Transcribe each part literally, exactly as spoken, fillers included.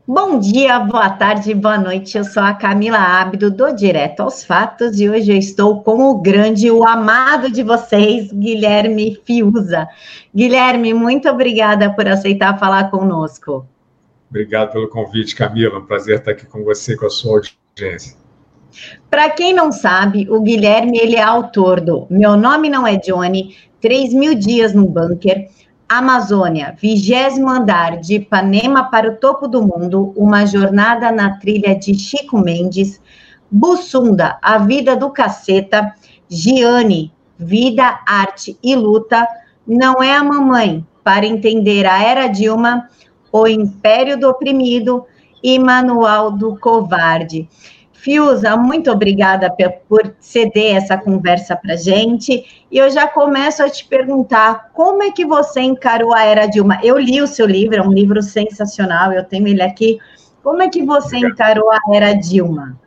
Bom dia, boa tarde, boa noite. Eu sou a Camila Abdo, do Direto aos Fatos, e hoje eu estou com o grande, o amado de vocês, Guilherme Fiuza. Guilherme, muito obrigada por aceitar falar conosco. Obrigado pelo convite, Camila. É um prazer estar aqui com você e com a sua audiência. Para quem não sabe, o Guilherme ele é autor do Meu Nome Não É Johnny, Três Mil Dias no Bunker, Amazônia, vigésimo andar de Ipanema para o topo do mundo, uma jornada na trilha de Chico Mendes, Bussunda, a vida do caceta, Gianni, vida, arte e luta, Não é a mamãe, para entender a era Dilma, O Império do Oprimido e Manual do Covarde. Fiuza, muito obrigada por ceder essa conversa para a gente. E eu já começo a te perguntar, como é que você encarou a era Dilma? Eu li o seu livro, é um livro sensacional, eu tenho ele aqui. Como é que você encarou a era Dilma?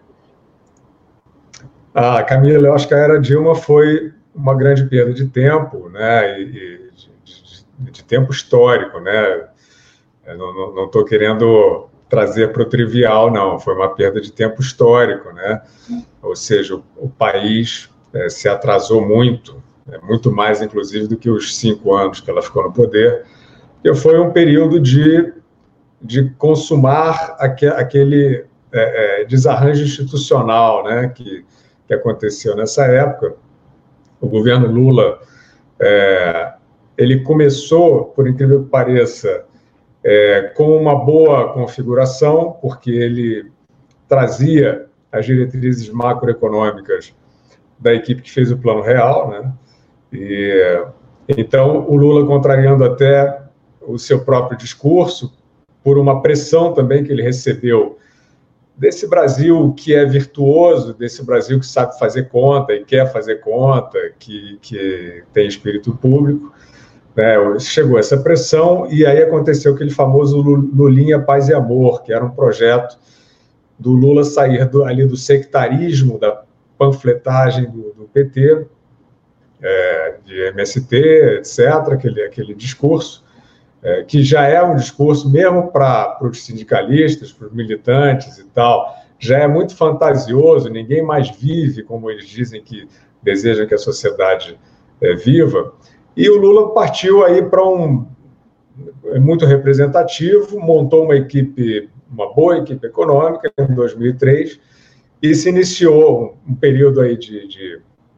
Ah, Camila, eu acho que a era Dilma foi uma grande perda de tempo, né? E, e de, de, de tempo histórico, né? Eu não estou querendo trazer para o trivial, não, foi uma perda de tempo histórico, né? Ou seja, o, o país é, se atrasou muito, é, muito mais, inclusive, do que os cinco anos que ela ficou no poder, porque foi um período de, de consumar aque, aquele é, é, desarranjo institucional, né, que, que aconteceu nessa época. O governo Lula, é, ele começou, por incrível que pareça, É, com uma boa configuração, porque ele trazia as diretrizes macroeconômicas da equipe que fez o Plano Real, né? E, então, o Lula, contrariando até o seu próprio discurso, por uma pressão também que ele recebeu desse Brasil que é virtuoso, desse Brasil que sabe fazer conta e quer fazer conta, que, que tem espírito público, É, chegou essa pressão e aí aconteceu aquele famoso Lulinha Paz e Amor, que era um projeto do Lula sair do, ali do sectarismo, da panfletagem do, do P T, é, de M S T, etcétera, aquele, aquele discurso, é, que já é um discurso, mesmo para os sindicalistas, para os militantes e tal, já é muito fantasioso, ninguém mais vive como eles dizem que desejam que a sociedade é, viva. E o Lula partiu aí para um muito representativo, montou uma equipe, uma boa equipe econômica em dois mil e três e se iniciou um período aí de, de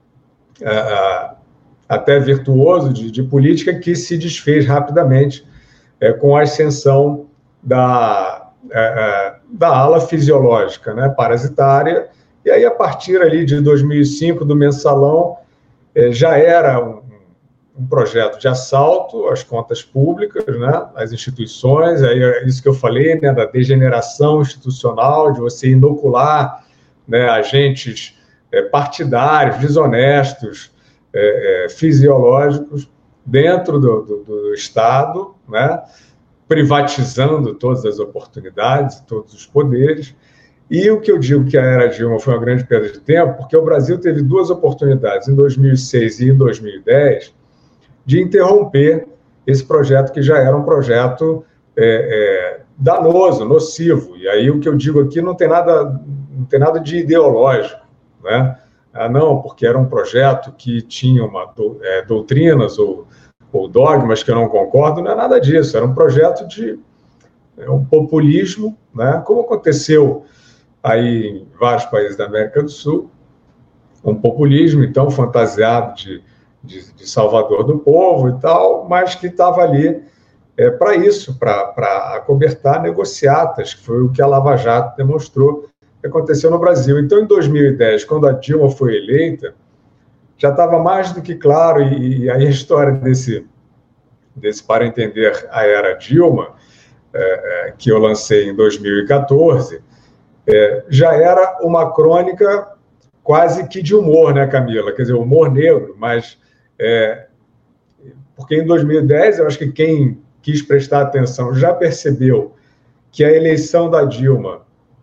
uh, até virtuoso de, de política que se desfez rapidamente uh, com a ascensão da, uh, da ala fisiológica, né, parasitária. E aí, a partir ali de dois mil e cinco, do Mensalão, uh, já era um um projeto de assalto às contas públicas, né, às instituições, aí é isso que eu falei, né, da degeneração institucional, de você inocular, né, agentes é, partidários, desonestos, é, é, fisiológicos dentro do, do, do Estado, né, privatizando todas as oportunidades, todos os poderes. E o que eu digo que a era Dilma foi uma grande perda de tempo, porque o Brasil teve duas oportunidades, em dois mil e seis e em dois mil e dez, de interromper esse projeto que já era um projeto é, é, danoso, nocivo. E aí o que eu digo aqui não tem nada, não tem nada de ideológico, né? Ah, não, porque era um projeto que tinha uma, é, doutrinas ou, ou dogmas que eu não concordo, não é nada disso. Era um projeto de é, um populismo, né? Como aconteceu aí em vários países da América do Sul, um populismo, então, fantasiado de De, de salvador do povo e tal, mas que estava ali é, para isso, para acobertar negociatas, que foi o que a Lava Jato demonstrou que aconteceu no Brasil. Então, em dois mil e dez, quando a Dilma foi eleita, já estava mais do que claro, e, e aí a história desse, desse Para Entender a Era Dilma, é, é, que eu lancei em dois mil e quatorze, é, já era uma crônica quase que de humor, né, Camila? Quer dizer, humor negro, mas... É, porque em dois mil e dez, eu acho que quem quis prestar atenção já percebeu que a eleição da Dilma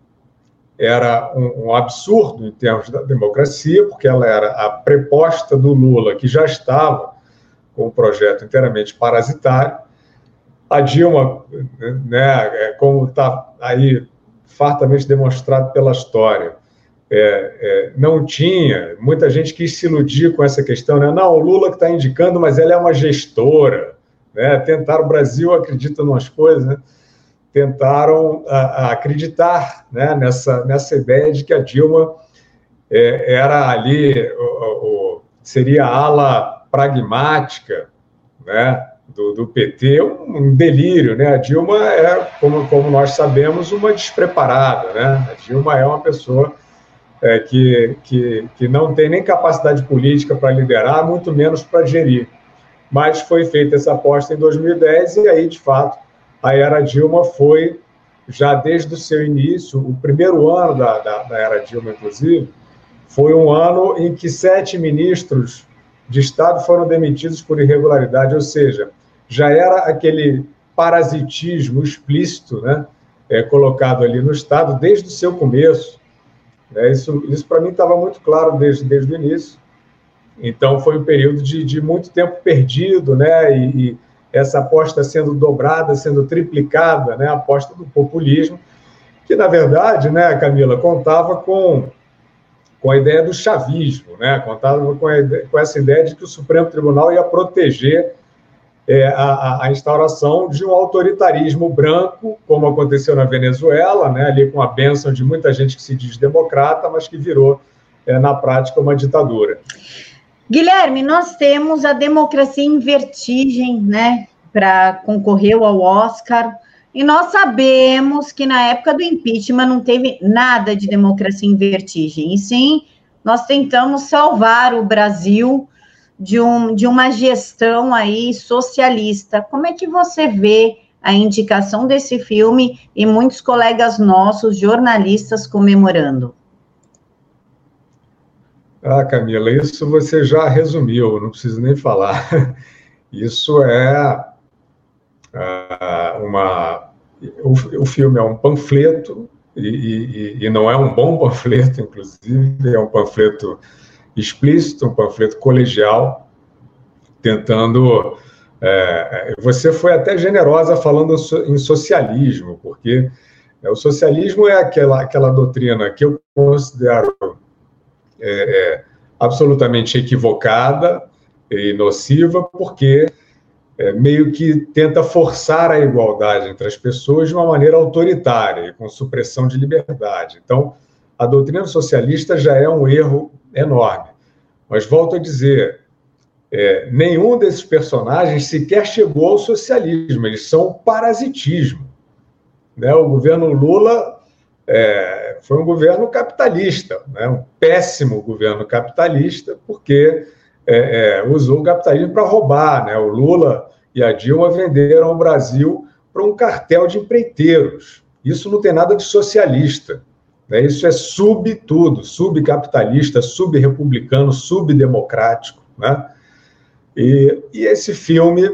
era um, um absurdo em termos da democracia, porque ela era a preposta do Lula, que já estava com um projeto inteiramente parasitário, A Dilma, né, como está aí fartamente demonstrado pela história, é, é, não tinha, muita gente quis se iludir com essa questão, né? Não, o Lula que está indicando, mas ela é uma gestora, né? Tentaram, o Brasil acredita em umas coisas, né? Tentaram a, a acreditar, né, nessa, nessa ideia de que a Dilma é, era ali, o, o, seria a ala pragmática, né, do, do P T, um, um delírio, né? A Dilma é, como, como nós sabemos, uma despreparada, né? A Dilma é uma pessoa é, que, que, que não tem nem capacidade política para liderar, muito menos para gerir. Mas foi feita essa aposta em dois mil e dez e aí, de fato, a era Dilma foi, já desde o seu início, o primeiro ano da, da, da era Dilma, inclusive, foi um ano em que sete ministros de Estado foram demitidos por irregularidade, ou seja, já era aquele parasitismo explícito, né, é, colocado ali no Estado desde o seu começo. Né, isso, isso para mim estava muito claro desde, desde o início. Então, foi um período de, de muito tempo perdido, né, e, e essa aposta sendo dobrada, sendo triplicada, né, a aposta do populismo, que, na verdade, né, Camila, contava com, com a ideia do chavismo, né, contava com, a, com essa ideia de que o Supremo Tribunal ia proteger é, a, a instauração de um autoritarismo branco, como aconteceu na Venezuela, né, ali com a bênção de muita gente que se diz democrata, mas que virou, é, na prática, uma ditadura. Guilherme, nós temos a Democracia em Vertigem, né, para concorrer ao Oscar, e nós sabemos que na época do impeachment não teve nada de Democracia em Vertigem, e sim, nós tentamos salvar o Brasil de, um, de uma gestão aí socialista. Como é que você vê a indicação desse filme e muitos colegas nossos, jornalistas, comemorando? Ah, Camila, isso você já resumiu, não preciso nem falar. Isso é uh, uma... O, o filme é um panfleto, e, e, e não é um bom panfleto, inclusive, é um panfleto explícito, um panfleto colegial, tentando... É, você foi até generosa falando em socialismo, porque o socialismo é aquela, aquela doutrina que eu considero É, é, absolutamente equivocada e nociva, porque é, meio que tenta forçar a igualdade entre as pessoas de uma maneira autoritária e com supressão de liberdade. Então, a doutrina socialista já é um erro enorme. Mas, volto a dizer, é, nenhum desses personagens sequer chegou ao socialismo, eles são o parasitismo. Né? O governo Lula... É, foi um governo capitalista, né? Um péssimo governo capitalista, porque é, é, usou o capitalismo para roubar, né? O Lula e a Dilma venderam o Brasil para um cartel de empreiteiros. Isso não tem nada de socialista, né? Isso é sub tudo, subcapitalista, sub-republicano, subdemocrático, né? E, e esse filme,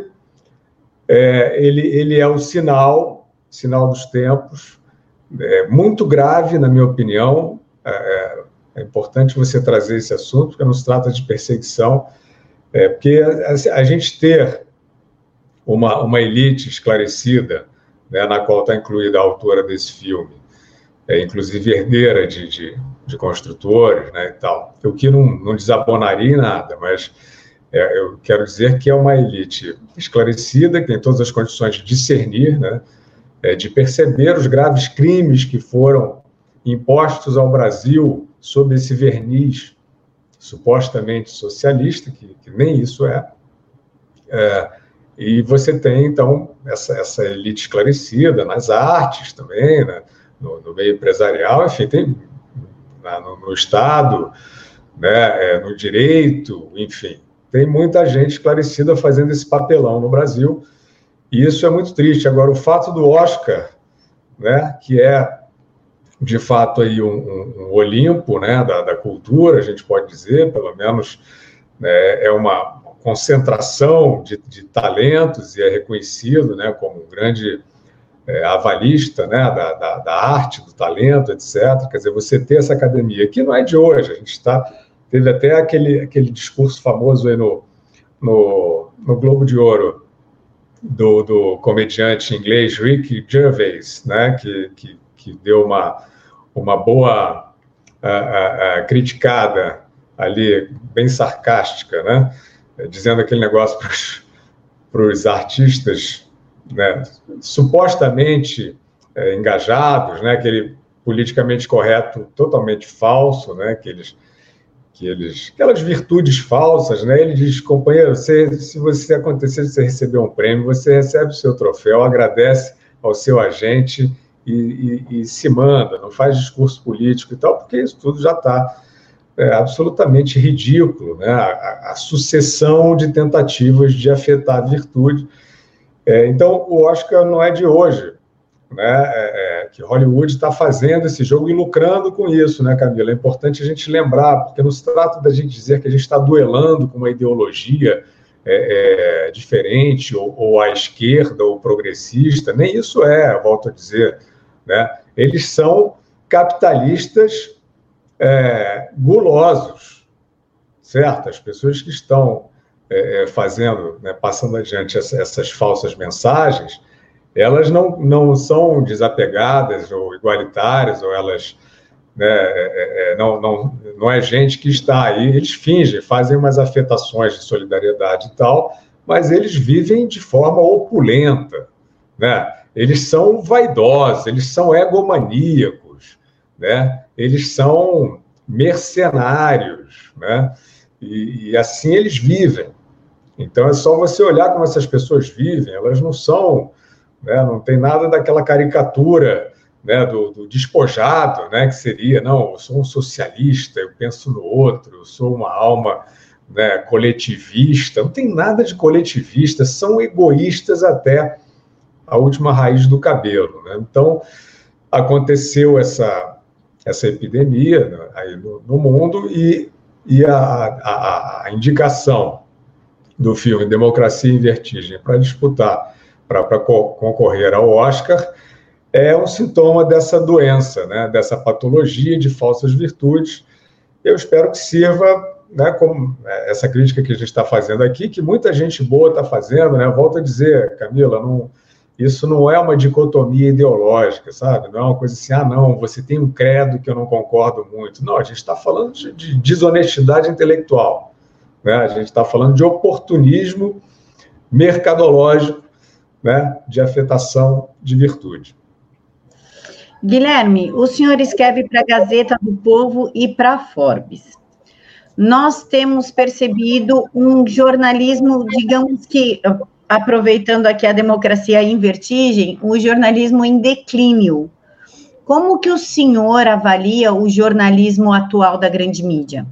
é, ele, ele é o sinal, sinal dos tempos. É muito grave, na minha opinião. É, é importante você trazer esse assunto, porque não se trata de perseguição, é, porque a, a gente ter uma, uma elite esclarecida, né, na qual está incluída a autora desse filme, é, inclusive herdeira de, de, de construtores, né, e tal, o que não, não desabonaria em nada, mas é, eu quero dizer que é uma elite esclarecida, que tem todas as condições de discernir, né, de perceber os graves crimes que foram impostos ao Brasil sob esse verniz supostamente socialista, que, que nem isso é. é. E você tem, então, essa, essa elite esclarecida nas artes também, né, no, no meio empresarial, enfim, tem na, no, no Estado, né, é, no direito, enfim, tem muita gente esclarecida fazendo esse papelão no Brasil. E isso é muito triste. Agora, o fato do Oscar, né, que é, de fato, aí um, um, um Olimpo, né, da, da cultura, a gente pode dizer, pelo menos, né, é uma concentração de, de talentos e é reconhecido, né, como um grande é, avalista, né, da, da, da arte, do talento, etcétera. Quer dizer, você ter essa academia, que não é de hoje, a gente está... Teve até aquele, aquele discurso famoso aí no, no, no Globo de Ouro, do, do comediante inglês Ricky Gervais, né, que, que, que deu uma, uma boa a, a, a criticada ali, bem sarcástica, né, dizendo aquele negócio para os artistas, né, supostamente é, engajados, né, aquele politicamente correto totalmente falso, né, que eles, que eles, aquelas virtudes falsas, né, ele diz, companheiro, você, se você acontecer de você receber um prêmio, você recebe o seu troféu, agradece ao seu agente e, e, e se manda, não faz discurso político e tal, porque isso tudo já está é, absolutamente ridículo, né, a, a sucessão de tentativas de afetar a virtude. É, então, o Oscar não é de hoje, né, é, é, que Hollywood está fazendo esse jogo e lucrando com isso, né, Camila? É importante a gente lembrar, porque não se trata da gente dizer que a gente está duelando com uma ideologia é, é, diferente, ou, ou à esquerda, ou progressista, nem isso é, volto a dizer, né? Eles são capitalistas é, gulosos, certo? As pessoas que estão é, fazendo, né, passando adiante essa, essas falsas mensagens, elas não, não são desapegadas ou igualitárias, ou elas, né, é, é, não, não, não é gente que está aí, eles fingem, fazem umas afetações de solidariedade e tal, mas eles vivem de forma opulenta, né? Eles são vaidosos, eles são egomaníacos, né? Eles são mercenários, né? E, e assim eles vivem. Então é só você olhar como essas pessoas vivem, elas não são... Né, não tem nada daquela caricatura, né, do, do despojado, né, que seria, não, eu sou um socialista, eu penso no outro, eu sou uma alma, né, coletivista. Não tem nada de coletivista, são egoístas até a última raiz do cabelo, né? Então, aconteceu essa, essa epidemia, né, aí no, no mundo e, e a, a, a indicação do filme Democracia em Vertigem para disputar para concorrer ao Oscar, é um sintoma dessa doença, né, dessa patologia de falsas virtudes. Eu espero que sirva, né, como essa crítica que a gente está fazendo aqui, que muita gente boa está fazendo, né, volto a dizer, Camila, não, isso não é uma dicotomia ideológica, sabe? Não é uma coisa assim, ah, não, você tem um credo que eu não concordo muito. Não, a gente está falando de, de desonestidade intelectual, né? A gente está falando de oportunismo mercadológico, né, de afetação de virtude. Guilherme, o senhor escreve para a Gazeta do Povo e para a Forbes. Nós temos percebido um jornalismo, digamos que, aproveitando aqui a democracia em vertigem, um jornalismo em declínio. Como que o senhor avalia o jornalismo atual da grande mídia?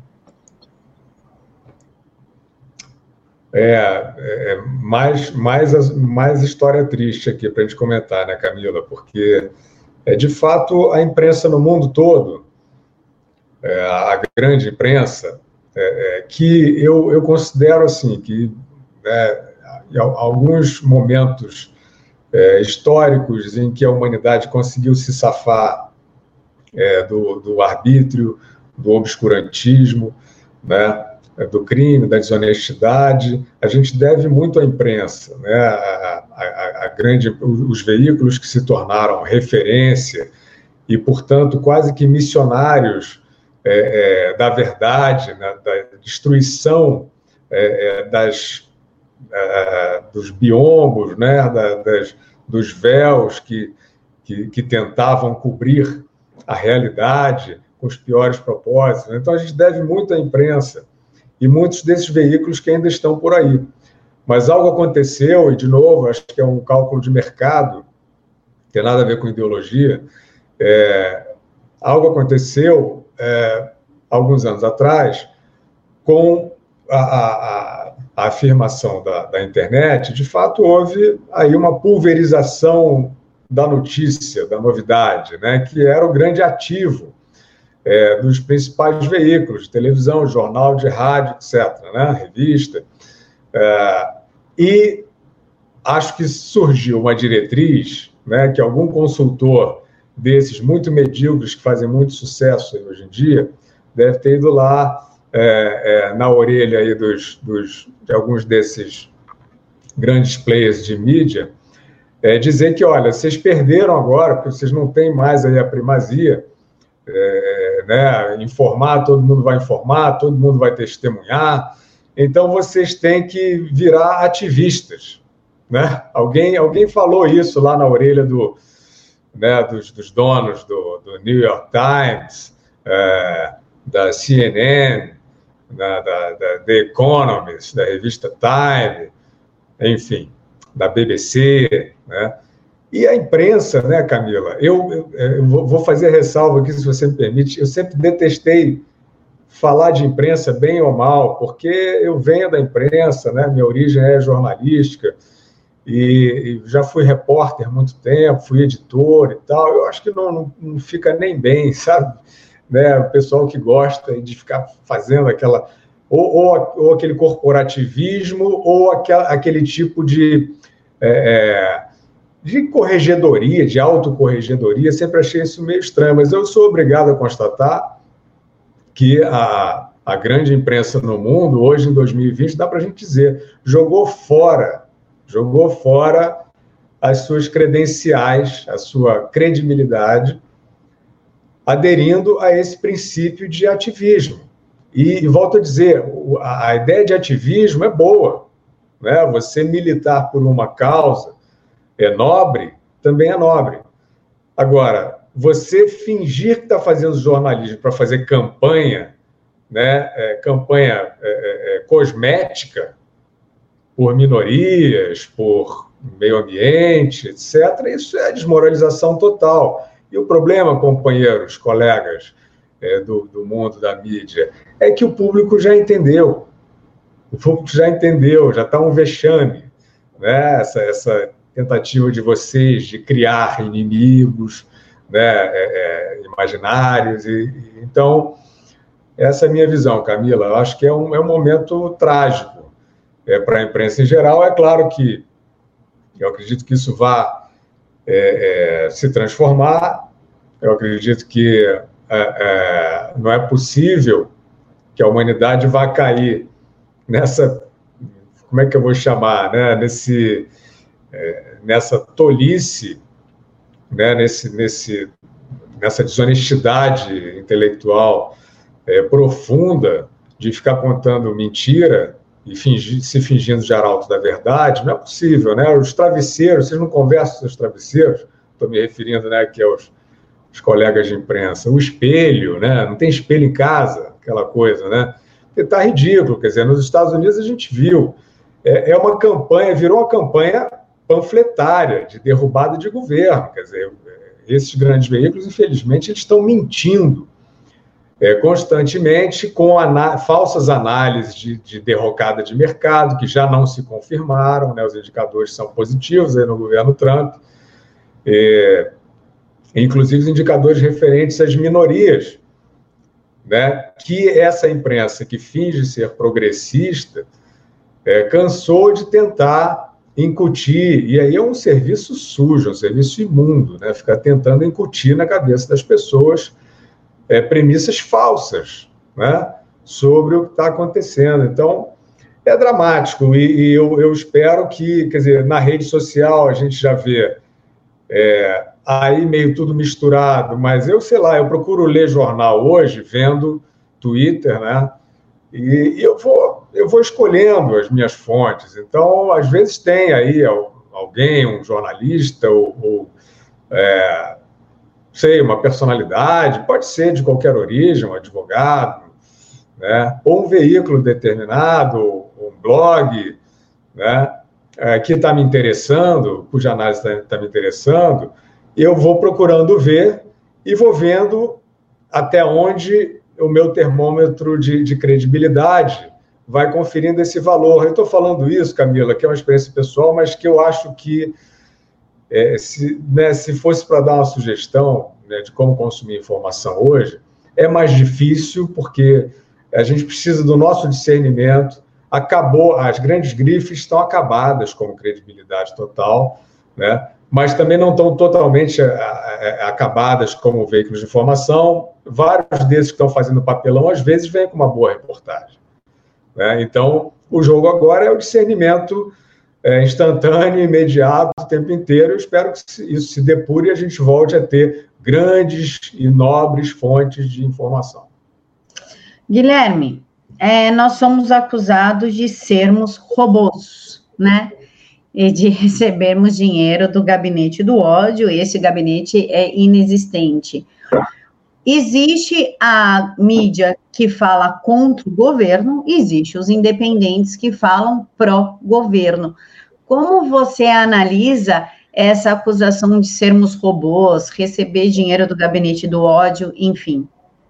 É, é mais, mais, mais história triste aqui para a gente comentar, né, Camila? Porque, é, de fato, a imprensa no mundo todo, é, a grande imprensa, é, é, que eu, eu considero assim, que é, em alguns momentos é, históricos em que a humanidade conseguiu se safar é, do, do arbítrio, do obscurantismo, né, do crime, da desonestidade, a gente deve muito à imprensa, né? a, a, a grande, os veículos que se tornaram referência e, portanto, quase que missionários é, é, da verdade, né? Da destruição é, é, das, é, dos biombos, né? da, das, dos véus que, que, que tentavam cobrir a realidade com os piores propósitos. Então, a gente deve muito à imprensa e muitos desses veículos que ainda estão por aí. Mas algo aconteceu, e, de novo, acho que é um cálculo de mercado, não tem nada a ver com ideologia, é, algo aconteceu é, alguns anos atrás com a, a, a afirmação da, da internet. De fato, houve aí uma pulverização da notícia, da novidade, né, que era o grande ativo É, dos principais veículos, de televisão, jornal, de rádio, etcétera, né? Revista. É, e acho que surgiu uma diretriz, né, que algum consultor desses muito medíocres, que fazem muito sucesso hoje em dia, deve ter ido lá é, é, na orelha aí dos, dos, de alguns desses grandes players de mídia, é dizer que, olha, vocês perderam agora, porque vocês não têm mais aí a primazia, é, né, informar, todo mundo vai informar, todo mundo vai testemunhar, então vocês têm que virar ativistas, né? Alguém, alguém falou isso lá na orelha do, né, dos, dos donos do, do New York Times, é, da C N N, da, da, da The Economist, da revista Time, enfim, da B B C, né? E a imprensa, né, Camila? Eu, eu, eu vou fazer a ressalva aqui, se você me permite. Eu sempre detestei falar de imprensa bem ou mal, porque eu venho da imprensa, né? Minha origem é jornalística, e, e já fui repórter há muito tempo, fui editor e tal. Eu acho que não, não, não fica nem bem, sabe? Né? O pessoal que gosta de ficar fazendo aquela... Ou, ou, ou aquele corporativismo, ou aquela, aquele tipo de... É, de corregedoria, de autocorregedoria, sempre achei isso meio estranho, mas eu sou obrigado a constatar que a, a grande imprensa no mundo, hoje em dois mil e vinte, dá para a gente dizer, jogou fora, jogou fora as suas credenciais, a sua credibilidade, aderindo a esse princípio de ativismo. E, e volto a dizer, a, a ideia de ativismo é boa, né? Você militar por uma causa é nobre, também é nobre. Agora, você fingir que está fazendo jornalismo para fazer campanha, né, é, campanha é, é, cosmética, por minorias, por meio ambiente, etcétera, isso é desmoralização total. E o problema, companheiros, colegas é, do, do mundo da mídia, é que o público já entendeu. O público já entendeu, já está um vexame, né, essa... essa tentativa de vocês de criar inimigos, né, é, é, imaginários. E, e, então, essa é a minha visão, Camila. Eu acho que é um, é um momento trágico é, para a imprensa em geral. É claro que eu acredito que isso vá é, é, se transformar. Eu acredito que é, é, não é possível que a humanidade vá cair nessa... Como é que eu vou chamar? Né, nesse... É, nessa tolice, né, nesse, nesse, nessa desonestidade intelectual é, profunda de ficar contando mentira e fingir, se fingindo de arauto da verdade, não é possível, né? Os travesseiros, vocês não conversam com os travesseiros, estou me referindo, né, aqui aos, aos colegas de imprensa, o espelho, né? Não tem espelho em casa, aquela coisa, né? Está ridículo, quer dizer, nos Estados Unidos a gente viu, é, é uma campanha, virou uma campanha panfletária, de derrubada de governo. Quer dizer, esses grandes veículos, infelizmente, eles estão mentindo é, constantemente com aná- falsas análises de, de derrocada de mercado, que já não se confirmaram, né? Os indicadores são positivos aí no governo Trump, é, inclusive os indicadores referentes às minorias, né? Que essa imprensa que finge ser progressista é, cansou de tentar incutir, e aí é um serviço sujo, um serviço imundo, né? Ficar tentando incutir na cabeça das pessoas é, premissas falsas, né? Sobre o que está acontecendo. Então, é dramático, e, e eu, eu espero que, quer dizer, na rede social a gente já vê é, aí meio tudo misturado, mas eu, sei lá, eu procuro ler jornal hoje, vendo Twitter, né? E, e eu vou... eu vou escolhendo as minhas fontes. Então, às vezes tem aí alguém, um jornalista, ou, ou é, sei, uma personalidade, pode ser de qualquer origem, um advogado, né, ou um veículo determinado, um blog, né, é, que está me interessando, cuja análise está tá me interessando, eu vou procurando ver e vou vendo até onde o meu termômetro de, de credibilidade vai conferindo esse valor. Eu estou falando isso, Camila, que é uma experiência pessoal, mas que eu acho que, é, se, né, se fosse para dar uma sugestão, né, de como consumir informação hoje, é mais difícil, porque a gente precisa do nosso discernimento. Acabou, as grandes grifes estão acabadas como credibilidade total, né? Mas também não estão totalmente a, a, a, acabadas como veículos de informação. Vários desses que estão fazendo papelão, às vezes, vêm com uma boa reportagem, né? Então, o jogo agora é o discernimento é, instantâneo, imediato, o tempo inteiro. Eu espero que isso se depure e a gente volte a ter grandes e nobres fontes de informação. Guilherme, é, nós somos acusados de sermos robôs, né? E de recebermos dinheiro do gabinete do ódio, e esse gabinete é inexistente. Existe a mídia que fala contra o governo, existe os independentes que falam pró-governo. Como você analisa essa acusação de sermos robôs, receber dinheiro do gabinete do ódio, enfim?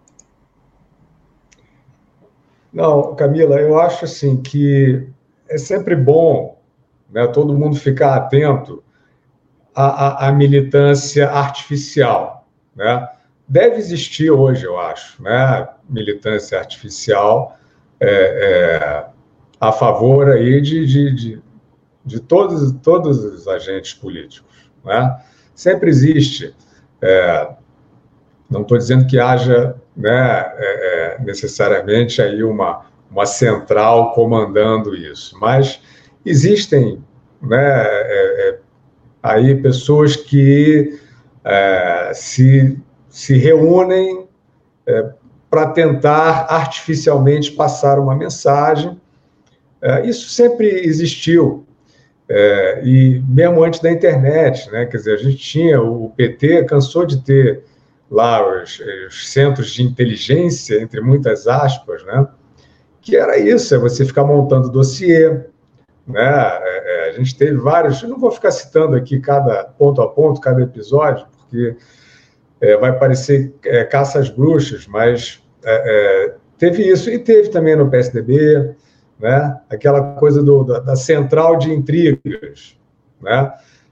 Não, Camila, eu acho assim que é sempre bom, né, todo mundo ficar atento à, à, à militância artificial, né? Deve existir hoje, eu acho, né, militância artificial é, é, a favor aí de, de, de, de todos, todos os agentes políticos, né? Sempre existe. É, não estou dizendo que haja, né, é, é, necessariamente aí uma, uma central comandando isso, mas existem, né, é, é, aí pessoas que é, se, se reúnem é, para tentar artificialmente passar uma mensagem. É, isso sempre existiu, é, e mesmo antes da internet, né, quer dizer, a gente tinha, o P T cansou de ter lá os, os centros de inteligência, entre muitas aspas, né, que era isso, é você ficar montando dossiê, né, é, é, a gente teve vários, eu não vou ficar citando aqui cada ponto a ponto, cada episódio, porque é, vai parecer é, caça às bruxas, mas é, é, teve isso, e teve também no P S D B, né, aquela coisa do, da, da central de intrigas, né,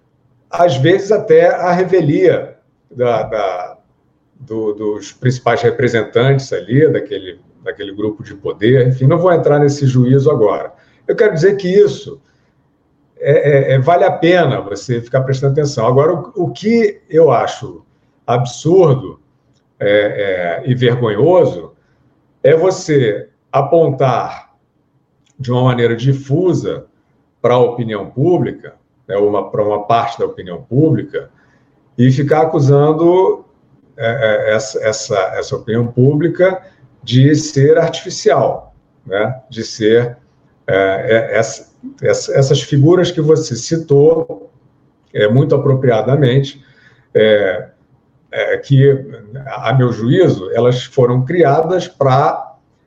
às vezes até a revelia da, da, do, dos principais representantes ali, daquele, daquele grupo de poder, enfim, não vou entrar nesse juízo agora. Eu quero dizer que isso é, é, é, vale a pena você ficar prestando atenção. Agora, o, o que eu acho absurdo é, é, e vergonhoso é você apontar de uma maneira difusa para a opinião pública, né, uma, para uma parte da opinião pública, e ficar acusando é, é, essa, essa, essa opinião pública de ser artificial, né, de ser é, é, essa, essa, essas figuras que você citou é, muito apropriadamente, é, é, que, a meu juízo, elas foram criadas para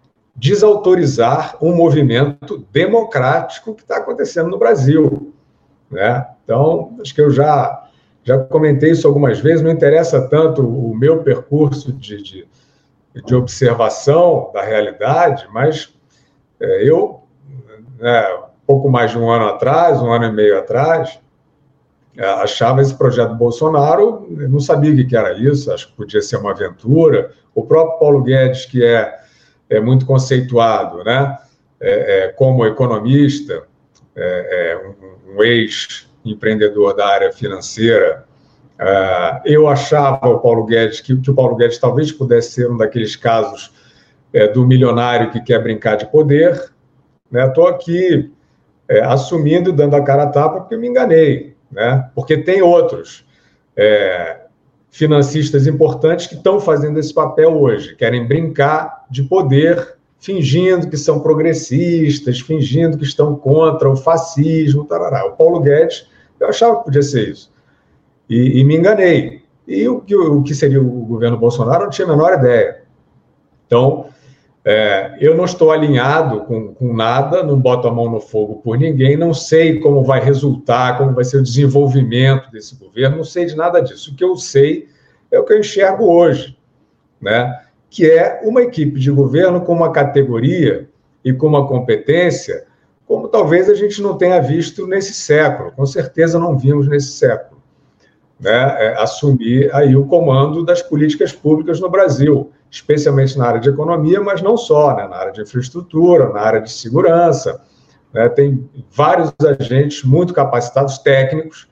desautorizar um movimento democrático que está acontecendo no Brasil, né? Então, acho que eu já, já comentei isso algumas vezes, não interessa tanto o meu percurso de, de, de observação da realidade, mas é, eu, né, pouco mais de um ano atrás, um ano e meio atrás, é, achava esse projeto do Bolsonaro, eu não sabia o que era isso, acho que podia ser uma aventura. O próprio Paulo Guedes, que é é muito conceituado, né, é, é, como economista, é, é, um, um ex-empreendedor da área financeira, é, eu achava o Paulo Guedes, que, que o Paulo Guedes talvez pudesse ser um daqueles casos é, do milionário que quer brincar de poder, né, estou aqui é, assumindo e dando a cara a tapa porque me enganei, né, porque tem outros é, financistas importantes que estão fazendo esse papel hoje, querem brincar de poder, fingindo que são progressistas, fingindo que estão contra o fascismo, tarará. O Paulo Guedes, eu achava que podia ser isso, e, e me enganei. E o, o que seria o governo Bolsonaro, eu não tinha a menor ideia. Então, é, eu não estou alinhado com, com nada, não boto a mão no fogo por ninguém, não sei como vai resultar, como vai ser o desenvolvimento desse governo, não sei de nada disso. O que eu sei é o que eu enxergo hoje, né? Que é uma equipe de governo com uma categoria e com uma competência como talvez a gente não tenha visto nesse século, com certeza não vimos nesse século, né? É, assumir aí o comando das políticas públicas no Brasil, especialmente na área de economia, mas não só, né? Na área de infraestrutura, na área de segurança, né? Tem vários agentes muito capacitados, técnicos,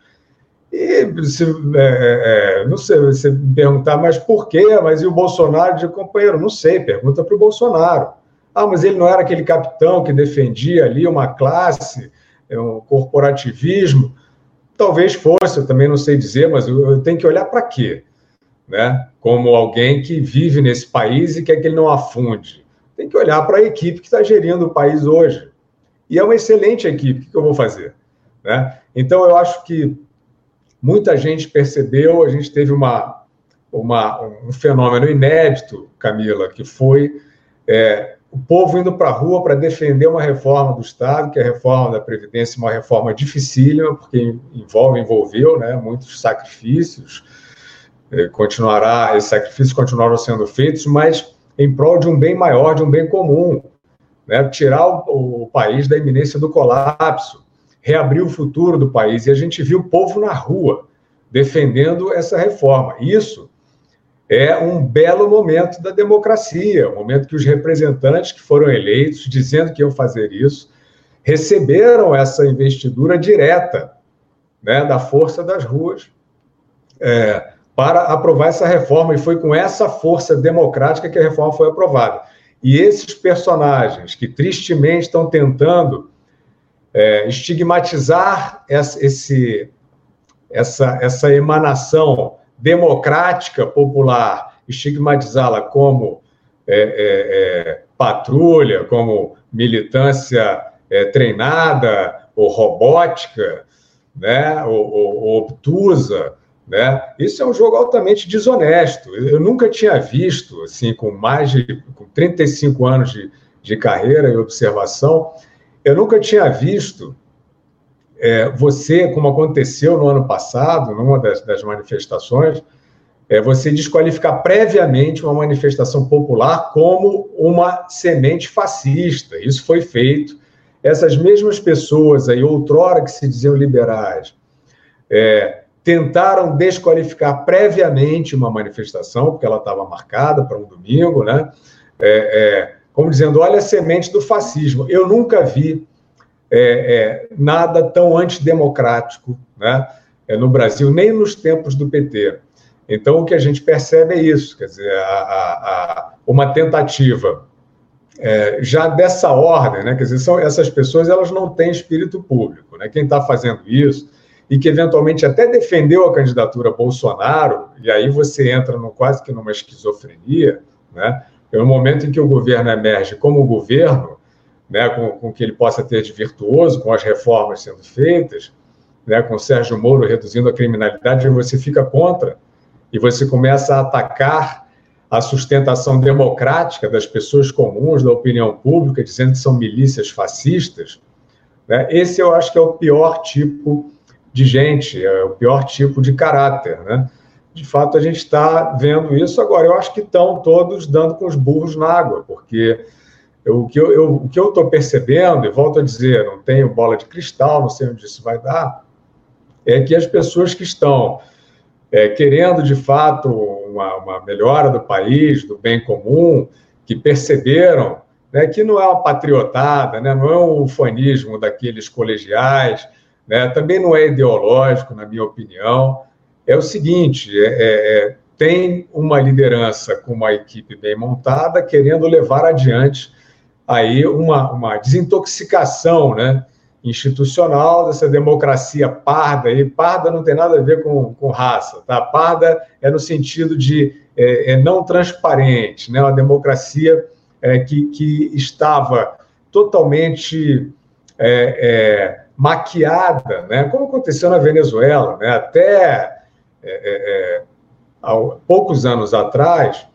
e se, é, é, não sei, você me perguntar, mas por quê? Mas e o Bolsonaro? De companheiro, não sei, pergunta para o Bolsonaro. Ah, mas ele não era aquele capitão que defendia ali uma classe é um corporativismo. Talvez fosse, eu também não sei dizer, mas eu tenho que olhar para quê? Né? Como alguém que vive nesse país e quer que ele não afunde. Tem que olhar para a equipe que está gerindo o país hoje. E é uma excelente equipe, o que eu vou fazer? Né? Então, eu acho que muita gente percebeu, a gente teve uma, uma, um fenômeno inédito, Camila, que foi é, o povo indo para a rua para defender uma reforma do Estado, que é a reforma da Previdência, uma reforma dificílima, porque envolve, envolveu, né, muitos sacrifícios, é, continuará, esses sacrifícios continuarão sendo feitos, mas em prol de um bem maior, de um bem comum, né, tirar o, o país da iminência do colapso, reabrir o futuro do país, e a gente viu o povo na rua defendendo essa reforma. Isso é um belo momento da democracia, um momento que os representantes que foram eleitos, dizendo que iam fazer isso, receberam essa investidura direta, né, da força das ruas, é, para aprovar essa reforma, e foi com essa força democrática que a reforma foi aprovada. E esses personagens que tristemente estão tentando É, estigmatizar essa, esse, essa, essa emanação democrática popular, estigmatizá-la como é, é, é, patrulha, como militância é, treinada ou robótica, né, ou, ou, ou obtusa, né? Isso é um jogo altamente desonesto. Eu nunca tinha visto, assim, com mais de com trinta e cinco anos de, de carreira e observação, eu nunca tinha visto é, você, como aconteceu no ano passado, numa das, das manifestações, é, você desqualificar previamente uma manifestação popular como uma semente fascista. Isso foi feito. Essas mesmas pessoas aí, outrora que se diziam liberais, é, tentaram desqualificar previamente uma manifestação, porque ela estava marcada para um domingo, né? É, é, como dizendo, olha a semente do fascismo. Eu nunca vi é, é, nada tão antidemocrático, né, é, no Brasil, nem nos tempos do P T. Então, o que a gente percebe é isso, quer dizer, a, a, a, uma tentativa é, já dessa ordem, né, quer dizer, são, essas pessoas elas não têm espírito público, né, quem está fazendo isso, e que eventualmente até defendeu a candidatura Bolsonaro, e aí você entra no, quase que numa esquizofrenia, né, no momento em que o governo emerge como governo, né, com, com que ele possa ter de virtuoso, com as reformas sendo feitas, né, com o Sérgio Moro reduzindo a criminalidade, você fica contra, e você começa a atacar a sustentação democrática das pessoas comuns, da opinião pública, dizendo que são milícias fascistas, né? Esse eu acho que é o pior tipo de gente, é o pior tipo de caráter, né? De fato, a gente está vendo isso agora. Eu acho que estão todos dando com os burros na água, porque eu, o que eu estou percebendo, e volto a dizer, não tenho bola de cristal, não sei onde isso vai dar, é que as pessoas que estão é, querendo, de fato, uma, uma melhora do país, do bem comum, que perceberam, né, que não é uma patriotada, né, não é um ufanismo daqueles colegiais, né, também não é ideológico, na minha opinião. É o seguinte, é, é, tem uma liderança com uma equipe bem montada, querendo levar adiante aí uma, uma desintoxicação, né, institucional dessa democracia parda, e parda não tem nada a ver com, com raça, tá? Parda é no sentido de é, é não transparente, né? Uma democracia é, que, que estava totalmente é, é, maquiada, né? Como aconteceu na Venezuela, né? Até é, é, há poucos anos atrás,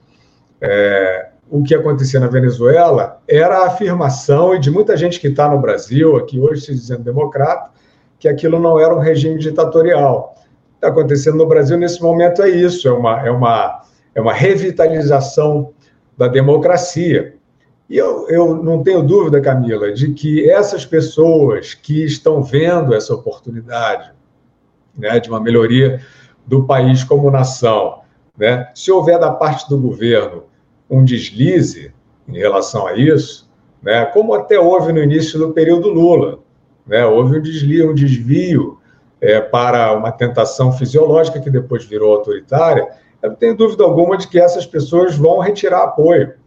é, o que acontecia na Venezuela era a afirmação, e de muita gente que está no Brasil, aqui hoje se dizendo democrata, que aquilo não era um regime ditatorial. O que está acontecendo no Brasil nesse momento é isso, é uma, é uma, é uma revitalização da democracia. E eu, eu não tenho dúvida, Camila, de que essas pessoas que estão vendo essa oportunidade, né, de uma melhoria do país como nação, né, se houver da parte do governo um deslize em relação a isso, né, como até houve no início do período Lula, né, houve um desvio, um desvio é, para uma tentação fisiológica que depois virou autoritária, eu não tenho dúvida alguma de que essas pessoas vão retirar apoio,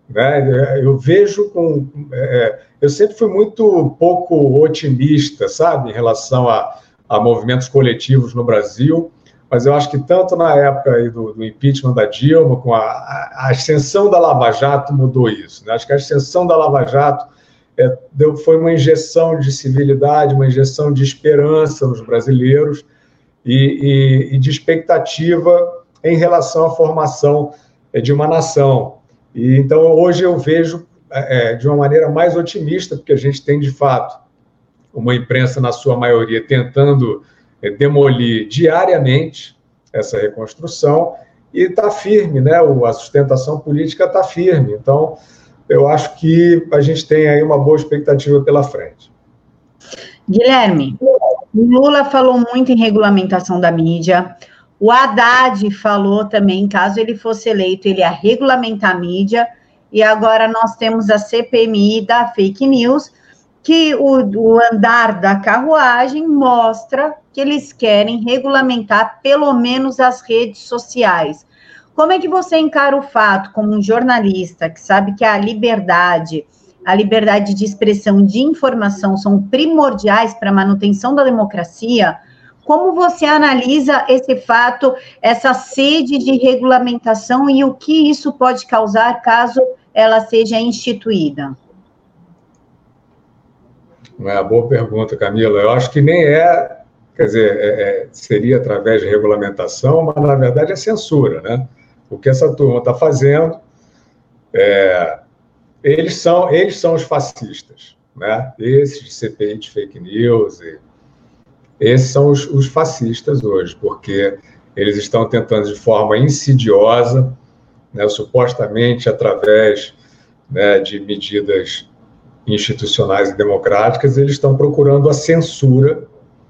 né? Eu vejo com... É, eu sempre fui muito pouco otimista, sabe, em relação a, a movimentos coletivos no Brasil, mas eu acho que tanto na época aí do, do impeachment da Dilma, com a, a ascensão da Lava Jato mudou isso, né? Acho que a ascensão da Lava Jato é, deu, foi uma injeção de civilidade, uma injeção de esperança nos brasileiros e, e, e de expectativa em relação à formação é, de uma nação. E, então, hoje eu vejo é, de uma maneira mais otimista, porque a gente tem, de fato, uma imprensa, na sua maioria, tentando é, demolir diariamente essa reconstrução e está firme, né? A sustentação política está firme. Então, eu acho que a gente tem aí uma boa expectativa pela frente. Guilherme, o Lula falou muito em regulamentação da mídia. O Haddad falou também, caso ele fosse eleito, ele ia regulamentar a mídia, e agora nós temos a C P M I da fake news, que o, o andar da carruagem mostra que eles querem regulamentar pelo menos as redes sociais. Como é que você encara o fato, como um jornalista, que sabe que a liberdade, a liberdade de expressão, de informação são primordiais para a manutenção da democracia? Como você analisa esse fato, essa sede de regulamentação e o que isso pode causar caso ela seja instituída? É uma boa pergunta, Camila. Eu acho que nem é, quer dizer, é, é, seria através de regulamentação, mas na verdade é censura, né? O que essa turma está fazendo, é, eles, são, eles são os fascistas, né? Esses de C P I de fake news e esses são os, os fascistas hoje, porque eles estão tentando de forma insidiosa, né, supostamente através, né, de medidas institucionais e democráticas, eles estão procurando a censura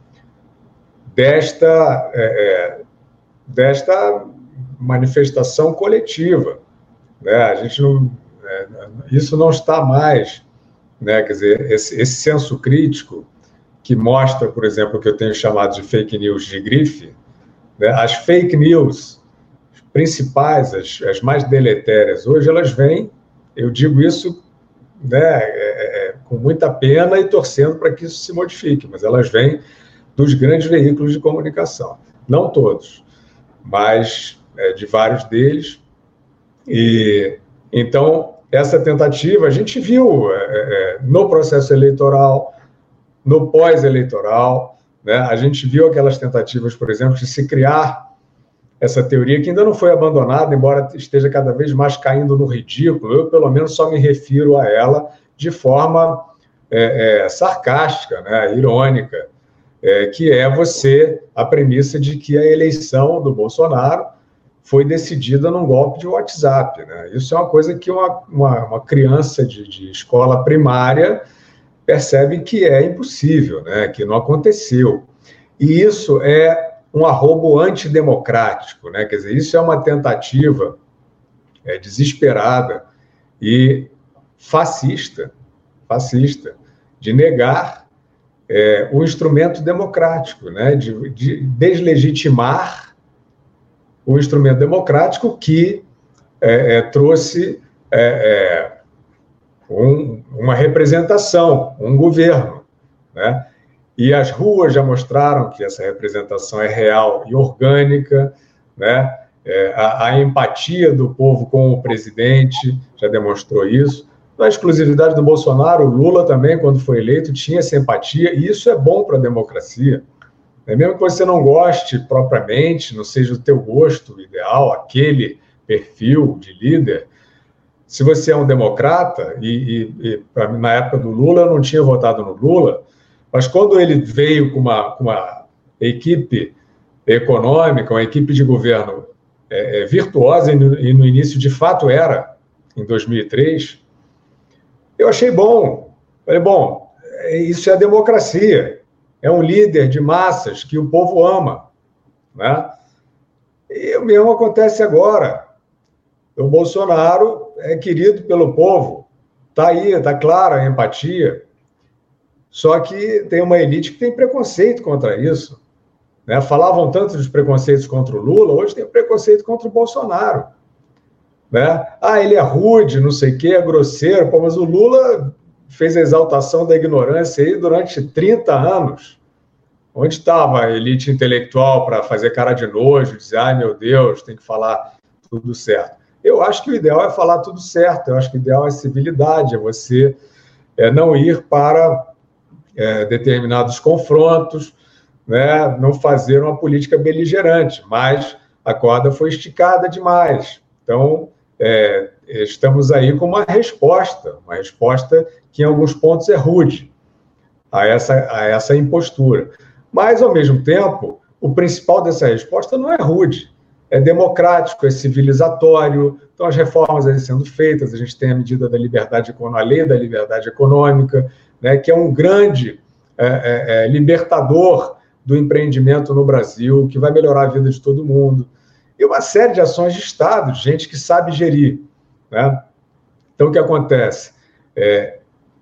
desta, é, é, desta manifestação coletiva, né? A gente não, é, isso não está mais, né, quer dizer, esse, esse senso crítico que mostra, por exemplo, o que eu tenho chamado de fake news de grife, né? As fake news principais, as, as mais deletérias hoje, elas vêm, eu digo isso, né, é, é, com muita pena e torcendo para que isso se modifique, mas elas vêm dos grandes veículos de comunicação. Não todos, mas é, de vários deles. E então, essa tentativa, a gente viu é, é, no processo eleitoral, no pós-eleitoral, né, a gente viu aquelas tentativas, por exemplo, de se criar essa teoria que ainda não foi abandonada, embora esteja cada vez mais caindo no ridículo. Eu, pelo menos, só me refiro a ela de forma é, é, sarcástica, né, irônica, é, que é você, a premissa de que a eleição do Bolsonaro foi decidida num golpe de WhatsApp, né? Isso é uma coisa que uma, uma, uma criança de, de escola primária percebe que é impossível, né? Que não aconteceu. E isso é um arrobo antidemocrático, né? Quer dizer, isso é uma tentativa é, desesperada e fascista, fascista, de negar é, o instrumento democrático, né? De, de deslegitimar o instrumento democrático que é, é, trouxe é, é, um, uma representação, um governo, né? E as ruas já mostraram que essa representação é real e orgânica, né? É, a, a empatia do povo com o presidente já demonstrou isso. Na exclusividade do Bolsonaro, o Lula também, quando foi eleito, tinha essa empatia, e isso é bom para a democracia. É mesmo que você não goste propriamente, não seja o teu gosto ideal, aquele perfil de líder, se você é um democrata, e, e, e pra, na época do Lula, eu não tinha votado no Lula, mas quando ele veio com uma, com uma equipe econômica, uma equipe de governo é, é, virtuosa, e no, e no início de fato era, em dois mil e três, eu achei bom. Falei, bom, isso é a democracia, é um líder de massas que o povo ama, né? E o mesmo acontece agora. O Bolsonaro é querido pelo povo, está aí, está clara a empatia. Só que tem uma elite que tem preconceito contra isso, né? Falavam tanto dos preconceitos contra o Lula, hoje tem preconceito contra o Bolsonaro. né? Ah, ele é rude, não sei o quê, é grosseiro, pô, mas o Lula fez a exaltação da ignorância aí durante trinta anos. Onde estava a elite intelectual para fazer cara de nojo, dizer, ai meu Deus, tem que falar tudo certo? Eu acho que o ideal é falar tudo certo, eu acho que o ideal é civilidade, é você é, não ir para é, determinados confrontos, né, não fazer uma política beligerante, mas a corda foi esticada demais. Então, é, estamos aí com uma resposta, uma resposta que em alguns pontos é rude a essa, a essa impostura. Mas, ao mesmo tempo, o principal dessa resposta não é rude, é democrático, é civilizatório. Então, as reformas aí sendo feitas, a gente tem a medida da liberdade, a lei da liberdade econômica, né, que é um grande é, é, é, libertador do empreendimento no Brasil, que vai melhorar a vida de todo mundo. E uma série de ações de Estado, de gente que sabe gerir, né? Então, o que acontece? É,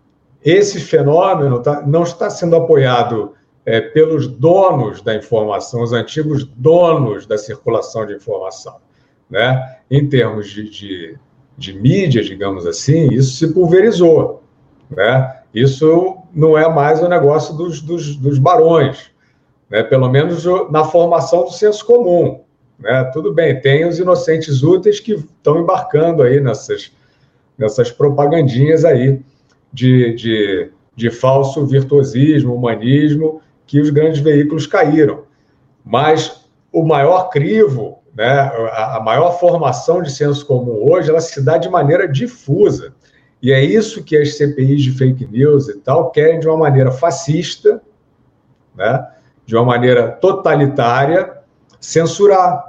esse fenômeno tá, não está sendo apoiado é, pelos donos da informação, os antigos donos da circulação de informação, né? Em termos de, de, de mídia, digamos assim, isso se pulverizou, né? Isso não é mais o negócio dos, dos, dos barões, né? Pelo menos na formação do senso comum, né? Tudo bem, tem os inocentes úteis que estão embarcando aí nessas, nessas propagandinhas aí de, de, de falso virtuosismo, humanismo, que os grandes veículos caíram. Mas o maior crivo, né, a, a maior formação de senso comum hoje, ela se dá de maneira difusa. E é isso que as C P Is de fake news e tal querem de uma maneira fascista, né, de uma maneira totalitária, censurar,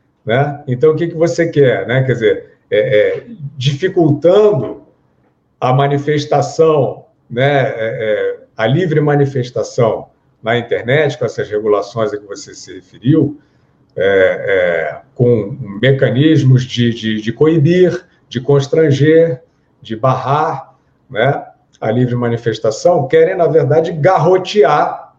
né? Então, o que, que você quer? Né? Quer dizer, é, é, dificultando a manifestação, né, é, é, a livre manifestação na internet, com essas regulações a que você se referiu, é, é, com mecanismos de, de, de coibir, de constranger, de barrar, né, a livre manifestação, querem, na verdade, garrotear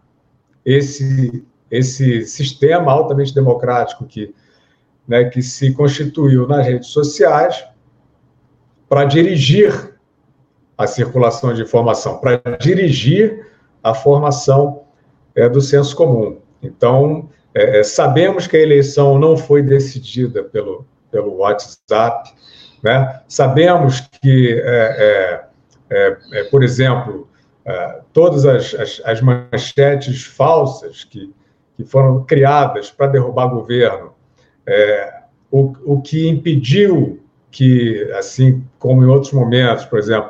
esse, esse sistema altamente democrático que, né, que se constituiu nas redes sociais para dirigir a circulação de informação, para dirigir a formação é, do senso comum. Então, é, sabemos que a eleição não foi decidida pelo, pelo WhatsApp, né? Sabemos que, é, é, é, por exemplo, é, todas as, as, as manchetes falsas que, que foram criadas para derrubar governo, é, o, o que impediu que, assim como em outros momentos, por exemplo,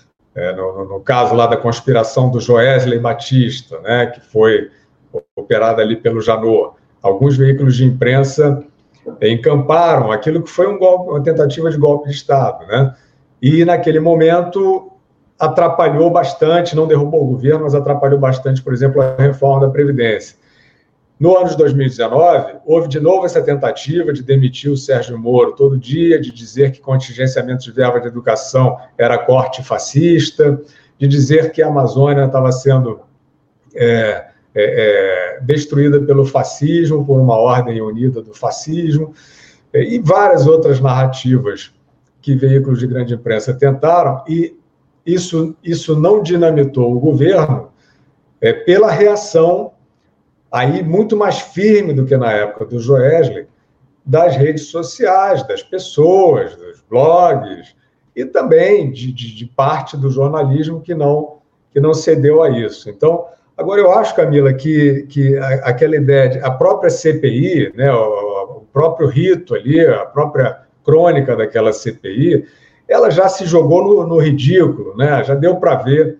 É, no, no caso lá da conspiração do Joesley Batista, né, que foi operada ali pelo Janot, alguns veículos de imprensa encamparam aquilo que foi um golpe, uma tentativa de golpe de Estado, né? E naquele momento atrapalhou bastante, não derrubou o governo, mas atrapalhou bastante, por exemplo, a reforma da Previdência. No ano de dois mil e dezenove, houve de novo essa tentativa de demitir o Sérgio Moro todo dia, de dizer que contingenciamento de verba de educação era corte fascista, de dizer que a Amazônia estava sendo é, é, é, destruída pelo fascismo, por uma ordem unida do fascismo, e várias outras narrativas que veículos de grande imprensa tentaram, e isso, isso não dinamitou o governo é, pela reação aí muito mais firme do que na época do Joesley, das redes sociais, das pessoas, dos blogs, e também de, de, de parte do jornalismo que não, que não cedeu a isso. Então, agora eu acho, Camila, que, que aquela ideia de a própria C P I, né, o, o próprio rito ali, a própria crônica daquela C P I, ela já se jogou no, no ridículo, né? Já deu para ver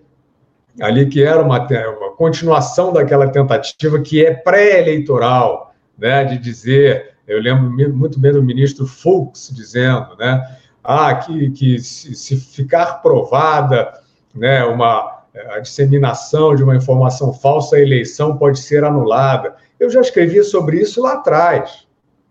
ali que era uma, uma continuação daquela tentativa que é pré-eleitoral, né, de dizer, eu lembro muito bem do ministro Fux dizendo, né, ah, que, que se, se ficar provada, né, uma, a disseminação de uma informação falsa, a eleição pode ser anulada. Eu já escrevi sobre isso lá atrás,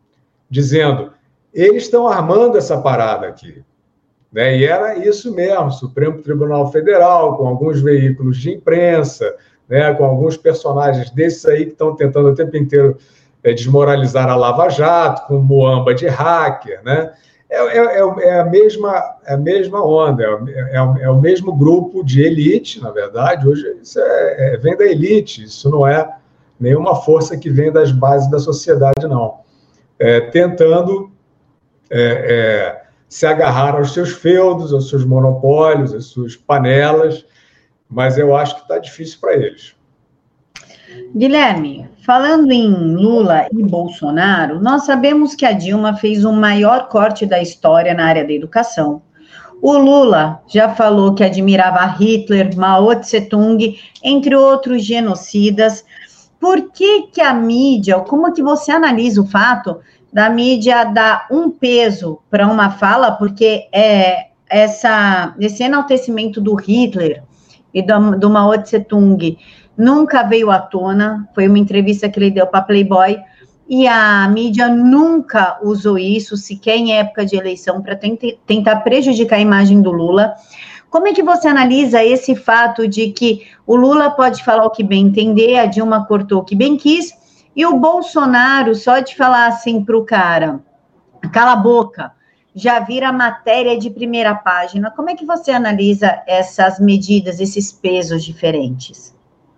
dizendo, eles estão armando essa parada aqui. Né? E era isso mesmo, Supremo Tribunal Federal, com alguns veículos de imprensa, né? Com alguns personagens desses aí que estão tentando o tempo inteiro é, desmoralizar a Lava Jato, com Muamba de hacker, né? é, é, é, a, mesma, é a mesma onda, é, é, é o mesmo grupo de elite, na verdade. Hoje isso é, é, vem da elite, isso não é nenhuma força que vem das bases da sociedade, não. É, tentando é, é, se agarrar aos seus feudos, aos seus monopólios, às suas panelas, mas eu acho que está difícil para eles. Guilherme, falando em Lula e Bolsonaro, nós sabemos que a Dilma fez o maior corte da história na área da educação. O Lula já falou que admirava Hitler, Mao Tse-tung, entre outros genocidas. Por que que a mídia, como que você analisa o fato da mídia dar um peso para uma fala, porque é, essa, esse enaltecimento do Hitler e do, do Mao Tse-tung nunca veio à tona, foi uma entrevista que ele deu para Playboy, e a mídia nunca usou isso, sequer em época de eleição, para tentar prejudicar a imagem do Lula. Como é que você analisa esse fato de que o Lula pode falar o que bem entender, a Dilma cortou o que bem quis, e o Bolsonaro, só de falar assim para o cara, cala a boca, já vira matéria de primeira página? Como é que você analisa essas medidas, esses pesos diferentes?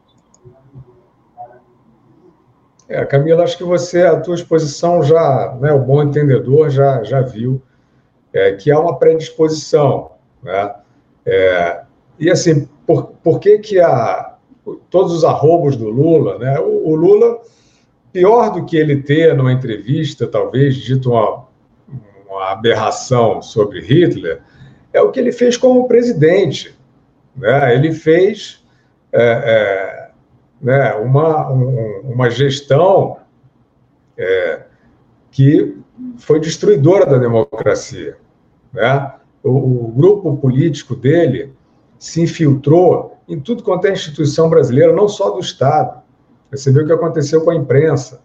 É, Camila, acho que você, a tua exposição já, né, o bom entendedor já, já viu é, que há uma predisposição, né? É, e assim, por, por que que há todos os arrobos do Lula, né? O, o Lula, pior do que ele ter numa entrevista, talvez, dito uma, uma aberração sobre Hitler, é o que ele fez como presidente, né? Ele fez é, é, né, uma, um, uma gestão é, que foi destruidora da democracia, né? O, o grupo político dele se infiltrou em tudo quanto é instituição brasileira, não só do Estado. Você viu o que aconteceu com a imprensa.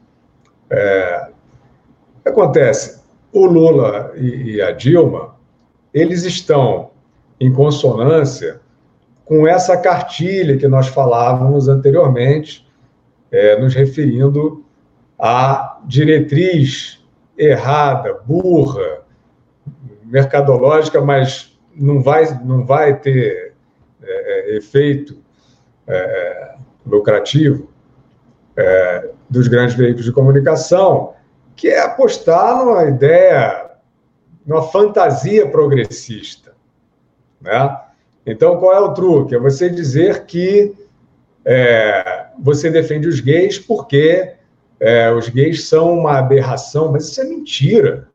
É, o que acontece? O Lula e, e a Dilma, eles estão em consonância com essa cartilha que nós falávamos anteriormente, é, nos referindo à diretriz errada, burra, mercadológica, mas não vai, não vai ter é, efeito é, lucrativo é, dos grandes veículos de comunicação, que é apostar numa ideia, numa fantasia progressista, né? Então, qual é o truque? É você dizer que é, você defende os gays porque é, os gays são uma aberração, mas isso é mentira.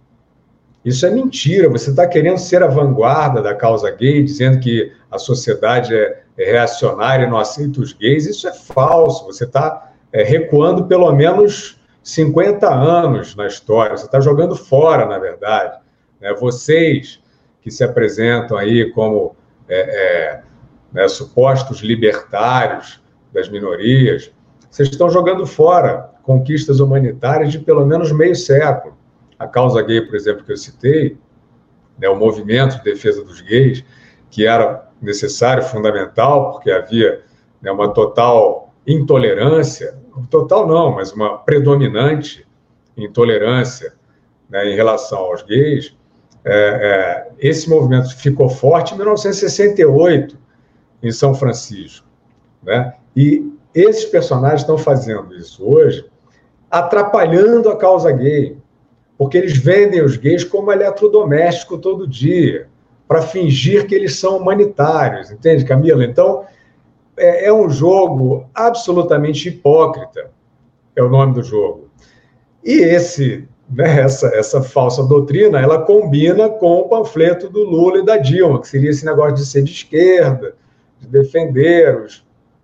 Isso é mentira. Você está querendo ser a vanguarda da causa gay, dizendo que a sociedade é, é reacionária e não aceita os gays. Isso é falso. Você está é, recuando pelo menos cinquenta anos na história. Você está jogando fora, na verdade. Né? Vocês que se apresentam aí como é, é, né, supostos libertários das minorias, vocês estão jogando fora conquistas humanitárias de pelo menos meio século. A causa gay, por exemplo, que eu citei, né, o movimento de defesa dos gays, que era necessário, fundamental, porque havia, né, uma total intolerância, total não, mas uma predominante intolerância, né, em relação aos gays. É, é, esse movimento ficou forte em mil novecentos e sessenta e oito, em São Francisco, né? E esses personagens estão fazendo isso hoje, atrapalhando a causa gay, porque eles vendem os gays como eletrodoméstico todo dia, para fingir que eles são humanitários, entende, Camila? Então, é, é um jogo absolutamente hipócrita, é o nome do jogo. E esse, né, essa, essa falsa doutrina, ela combina com o panfleto do Lula e da Dilma, que seria esse negócio de ser de esquerda, de defender os,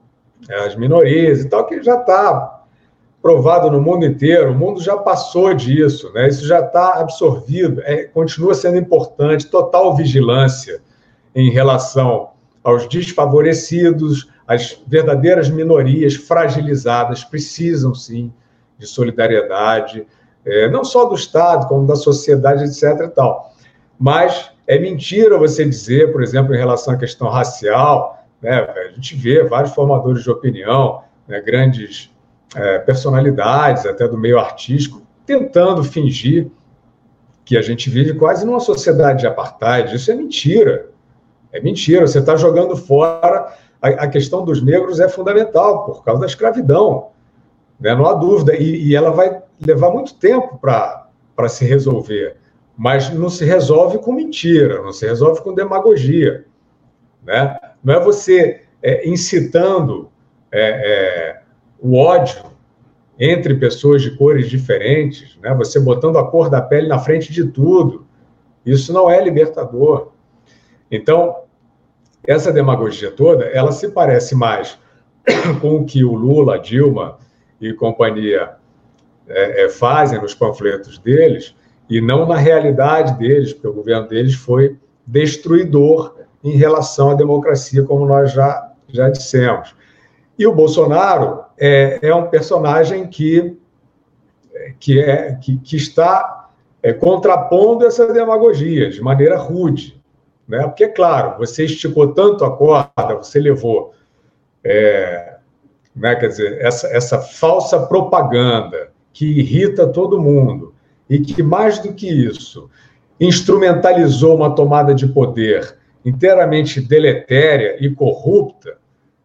as minorias e tal, que já está provado no mundo inteiro. O mundo já passou disso, né? Isso já está absorvido, é, continua sendo importante, total vigilância em relação aos desfavorecidos, as verdadeiras minorias fragilizadas precisam, sim, de solidariedade, é, não só do Estado, como da sociedade, etc. e tal. Mas é mentira você dizer, por exemplo, em relação à questão racial, né, a gente vê vários formadores de opinião, né, grandes é, personalidades, até do meio artístico, tentando fingir que a gente vive quase numa sociedade de apartheid. Isso é mentira. É mentira. Você está jogando fora. A, a questão dos negros é fundamental, por causa da escravidão, né? Não há dúvida. E, e ela vai levar muito tempo para para se resolver. Mas não se resolve com mentira, não se resolve com demagogia, né? Não é você é, incitando é, é, o ódio entre pessoas de cores diferentes, né? Você botando a cor da pele na frente de tudo. Isso não é libertador. Então, essa demagogia toda, ela se parece mais com o que o Lula, a Dilma e companhia é, é, fazem nos panfletos deles, e não na realidade deles, porque o governo deles foi destruidor em relação à democracia, como nós já, já dissemos. E o Bolsonaro é, é um personagem que, que, é, que, que está é, contrapondo essa demagogia de maneira rude, né? Porque, claro, você esticou tanto a corda, você levou, é, né, quer dizer, essa, essa falsa propaganda que irrita todo mundo e que, mais do que isso, instrumentalizou uma tomada de poder inteiramente deletéria e corrupta.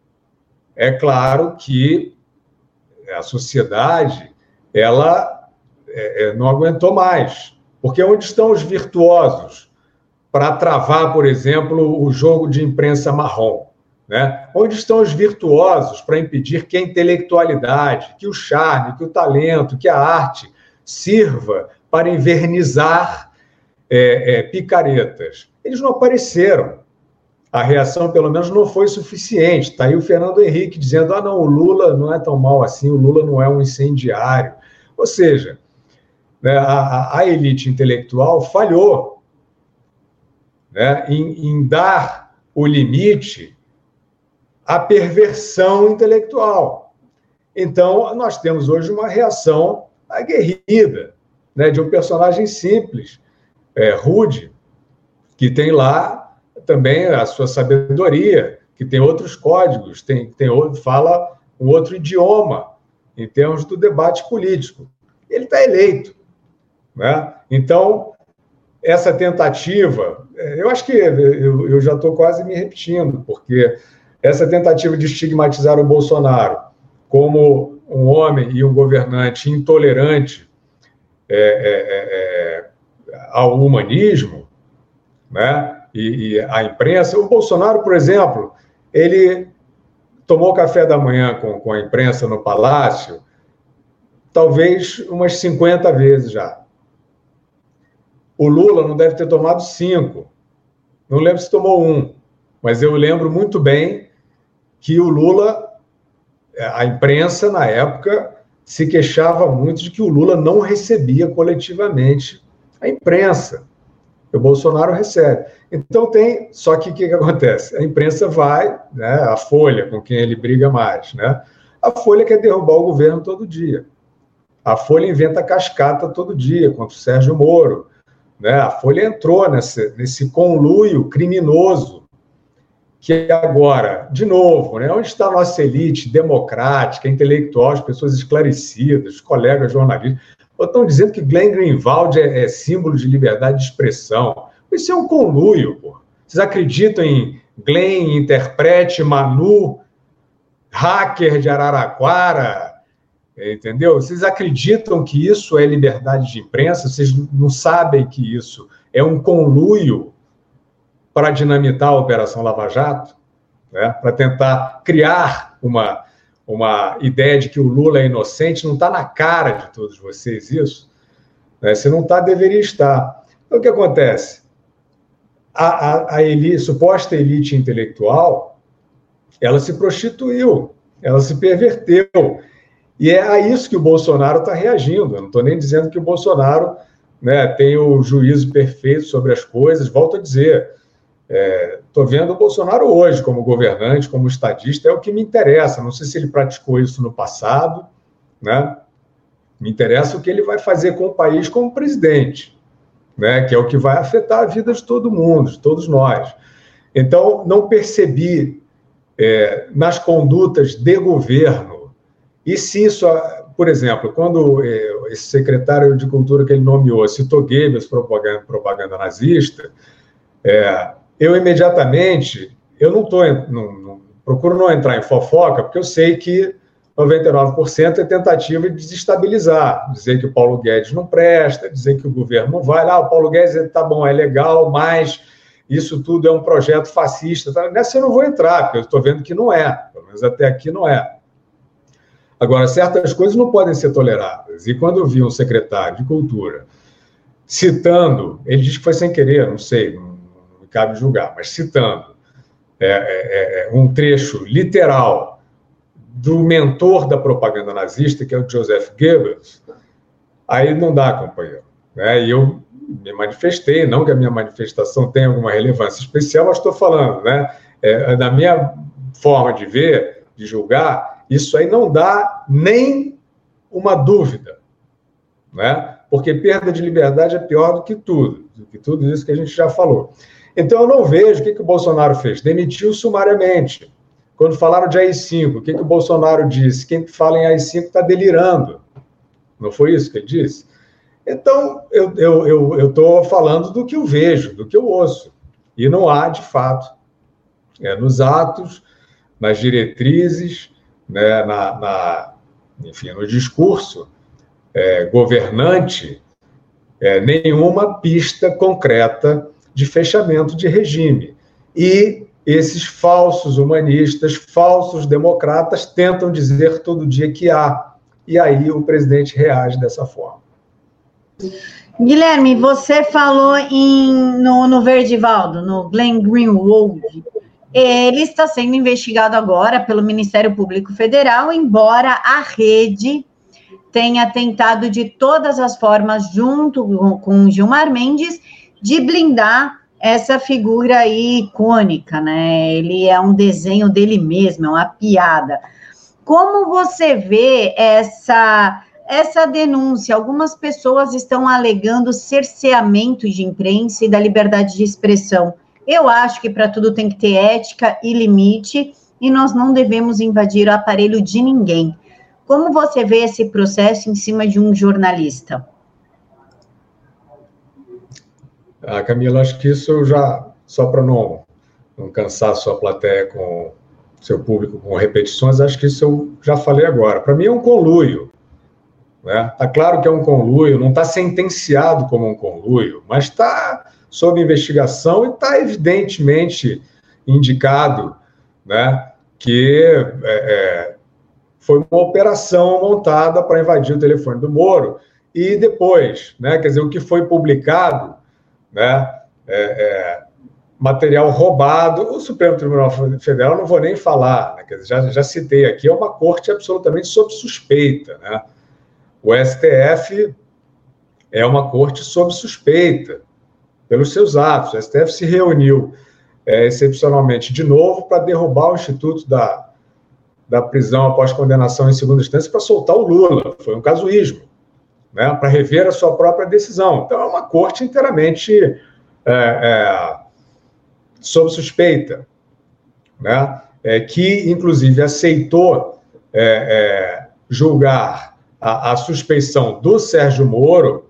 É claro que a sociedade ela é, não aguentou mais, porque onde estão os virtuosos para travar, por exemplo, o jogo de imprensa marrom, né? Onde estão os virtuosos para impedir que a intelectualidade, que o charme, que o talento, que a arte sirva para invernizar é, é, picaretas? Eles não apareceram. A reação, pelo menos, não foi suficiente. Está aí o Fernando Henrique dizendo, ah, não, o Lula não é tão mal assim, o Lula não é um incendiário. Ou seja, né, a, a elite intelectual falhou, né, em, em dar o limite à perversão intelectual. Então, nós temos hoje uma reação aguerrida, né, de um personagem simples, é, rude, que tem lá também a sua sabedoria, que tem outros códigos, tem, tem outro, fala um outro idioma em termos do debate político. Ele está eleito, né? Então, essa tentativa, eu acho que eu, eu já estou quase me repetindo, porque essa tentativa de estigmatizar o Bolsonaro como um homem e um governante intolerante é, é, é, ao humanismo, né? E, e a imprensa, o Bolsonaro, por exemplo, ele tomou café da manhã com, com a imprensa no Palácio, talvez umas cinquenta vezes já. O Lula não deve ter tomado cinco. Não lembro se tomou um, mas eu lembro muito bem que o Lula, a imprensa, na época, se queixava muito de que o Lula não recebia coletivamente a imprensa. O Bolsonaro recebe. Então tem, só que o que, que acontece? A imprensa vai, né, a Folha, com quem ele briga mais, né? A Folha quer derrubar o governo todo dia. A Folha inventa cascata todo dia contra o Sérgio Moro, né? A Folha entrou nesse, nesse conluio criminoso que agora, de novo, né, onde está a nossa elite democrática, intelectual, as pessoas esclarecidas, os colegas jornalistas, estão dizendo que Glenn Greenwald é, é símbolo de liberdade de expressão. Isso é um conluio, pô. Vocês acreditam em Glenn, Interprete, Manu, hacker de Araraquara, entendeu? Vocês acreditam que isso é liberdade de imprensa? Vocês não sabem que isso é um conluio para dinamitar a Operação Lava Jato, né? Para tentar criar uma... uma ideia de que o Lula é inocente? Não está na cara de todos vocês isso? Né? Se não está, deveria estar. Então, o que acontece? A, a, a elite, suposta elite intelectual, ela se prostituiu, ela se perverteu. E é a isso que o Bolsonaro está reagindo. Eu não estou nem dizendo que o Bolsonaro, né, tem o juízo perfeito sobre as coisas. Volto a dizer, estou é, vendo o Bolsonaro hoje como governante, como estadista, é o que me interessa. Não sei se ele praticou isso no passado, né? Me interessa o que ele vai fazer com o país como presidente, né? Que é o que vai afetar a vida de todo mundo, de todos nós. Então, não percebi é, nas condutas de governo, e se isso, por exemplo, quando eh, esse secretário de Cultura que ele nomeou citou Goebbels, propaganda, propaganda nazista, é, eu imediatamente, eu não estou, procuro não entrar em fofoca, porque eu sei que noventa e nove por cento é tentativa de desestabilizar, dizer que o Paulo Guedes não presta, dizer que o governo não vai, lá, o Paulo Guedes está bom, é legal, mas isso tudo é um projeto fascista. Tá? Nessa eu não vou entrar, porque eu estou vendo que não é, pelo menos até aqui não é. Agora, certas coisas não podem ser toleradas, e quando eu vi um secretário de Cultura citando, ele diz que foi sem querer, não sei, não, não me cabe julgar, mas citando é, é, é, um trecho literal do mentor da propaganda nazista, que é o Joseph Goebbels, aí não dá, companheiro. Né? E eu me manifestei, não que a minha manifestação tenha alguma relevância especial, mas estou falando, né? É, na minha forma de ver, de julgar, isso aí não dá nem uma dúvida, né? Porque perda de liberdade é pior do que tudo, do que tudo isso que a gente já falou. Então, eu não vejo o que, que o Bolsonaro fez. Demitiu sumariamente. Quando falaram de A I cinco, o que, que o Bolsonaro disse? Quem fala em A I cinco está delirando. Não foi isso que ele disse? Então, eu estou eu, eu, eu falando do que eu vejo, do que eu ouço. E não há, de fato, é, nos atos, nas diretrizes, né, na, na, enfim, no discurso é, governante, é, nenhuma pista concreta de fechamento de regime. E esses falsos humanistas, falsos democratas, tentam dizer todo dia que há. E aí o presidente reage dessa forma. Guilherme, você falou em, no, no Verdivaldo, no Glenn Greenwald. Ele está sendo investigado agora pelo Ministério Público Federal, embora a rede tenha tentado de todas as formas, junto com Gilmar Mendes, de blindar essa figura aí icônica, né? Ele é um desenho dele mesmo, é uma piada. Como você vê essa, essa denúncia? Algumas pessoas estão alegando cerceamento de imprensa e da liberdade de expressão. Eu acho que para tudo tem que ter ética e limite, e nós não devemos invadir o aparelho de ninguém. Como você vê esse processo em cima de um jornalista? Ah, Camila, acho que isso já, só para não, não cansar a sua plateia com seu público com repetições, acho que isso eu já falei agora. Para mim é um conluio. Né? Tá claro que é um conluio, não está sentenciado como um conluio, mas está sob investigação e está evidentemente indicado, né, que é, é, foi uma operação montada para invadir o telefone do Moro e depois, né, quer dizer, o que foi publicado, né, é, é, material roubado, o Supremo Tribunal Federal não vou nem falar, né, quer dizer, já, já citei aqui, é uma corte absolutamente sob suspeita, né? O S T F é uma corte sob suspeita pelos seus atos. O S T F se reuniu é, excepcionalmente de novo para derrubar o Instituto da, da prisão após condenação em segunda instância para soltar o Lula. Foi um casuísmo, né, para rever a sua própria decisão. Então, é uma corte inteiramente é, é, sob suspeita, né, é, que, inclusive, aceitou é, é, julgar a, a suspeição do Sérgio Moro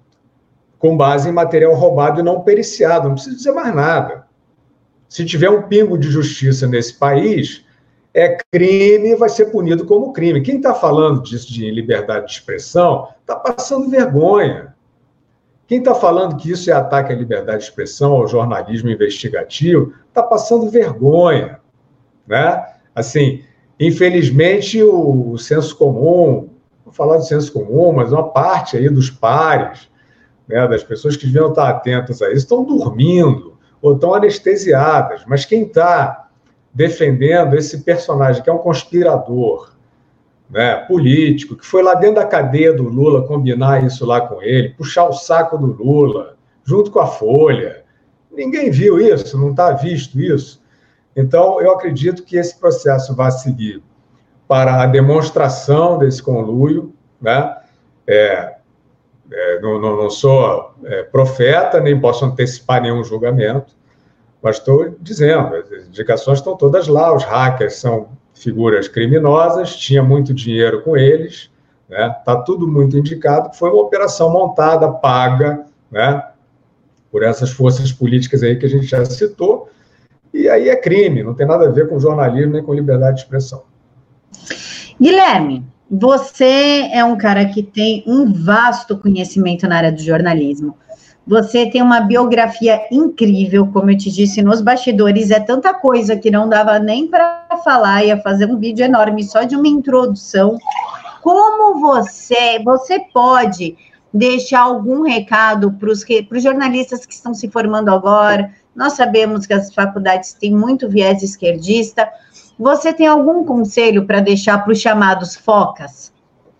com base em material roubado e não periciado. Não preciso dizer mais nada. Se tiver um pingo de justiça nesse país, é crime e vai ser punido como crime. Quem está falando disso de liberdade de expressão está passando vergonha. Quem está falando que isso é ataque à liberdade de expressão, ao jornalismo investigativo, está passando vergonha. Né? Assim, infelizmente, o, o senso comum, vou falar do senso comum, mas uma parte aí dos pares, né, das pessoas que deviam estar atentas a isso, estão dormindo ou estão anestesiadas. Mas quem está defendendo esse personagem, que é um conspirador, né, político, que foi lá dentro da cadeia do Lula combinar isso lá com ele, puxar o saco do Lula, junto com a Folha. Ninguém viu isso, não está visto isso. Então, eu acredito que esse processo vai seguir para a demonstração desse conluio, né? É, é, não, não, não sou é, profeta, nem posso antecipar nenhum julgamento, mas estou dizendo, as indicações estão todas lá, os hackers são figuras criminosas, tinha muito dinheiro com eles, né? Está tudo muito indicado que foi uma operação montada, paga, né, por essas forças políticas aí que a gente já citou, e aí é crime, não tem nada a ver com jornalismo nem com liberdade de expressão. Guilherme, você é um cara que tem um vasto conhecimento na área do jornalismo. Você tem uma biografia incrível, como eu te disse nos bastidores, é tanta coisa que não dava nem para falar, ia fazer um vídeo enorme só de uma introdução. Como você, você pode deixar algum recado para os jornalistas que estão se formando agora? Nós sabemos que as faculdades têm muito viés esquerdista. Você tem algum conselho para deixar para os chamados focas?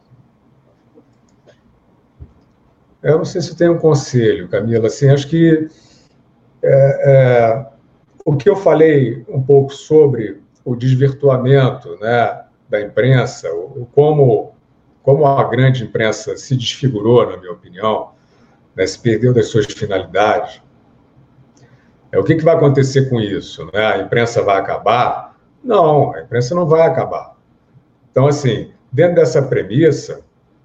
Eu não sei se tem um conselho, Camila. Assim, acho que é, é, o que eu falei um pouco sobre o desvirtuamento, né, da imprensa, o, como, como a grande imprensa se desfigurou, na minha opinião, né, se perdeu das suas finalidades. É, o que, que vai acontecer com isso? Né? A imprensa vai acabar? Não, a imprensa não vai acabar. Então, assim, dentro dessa premissa,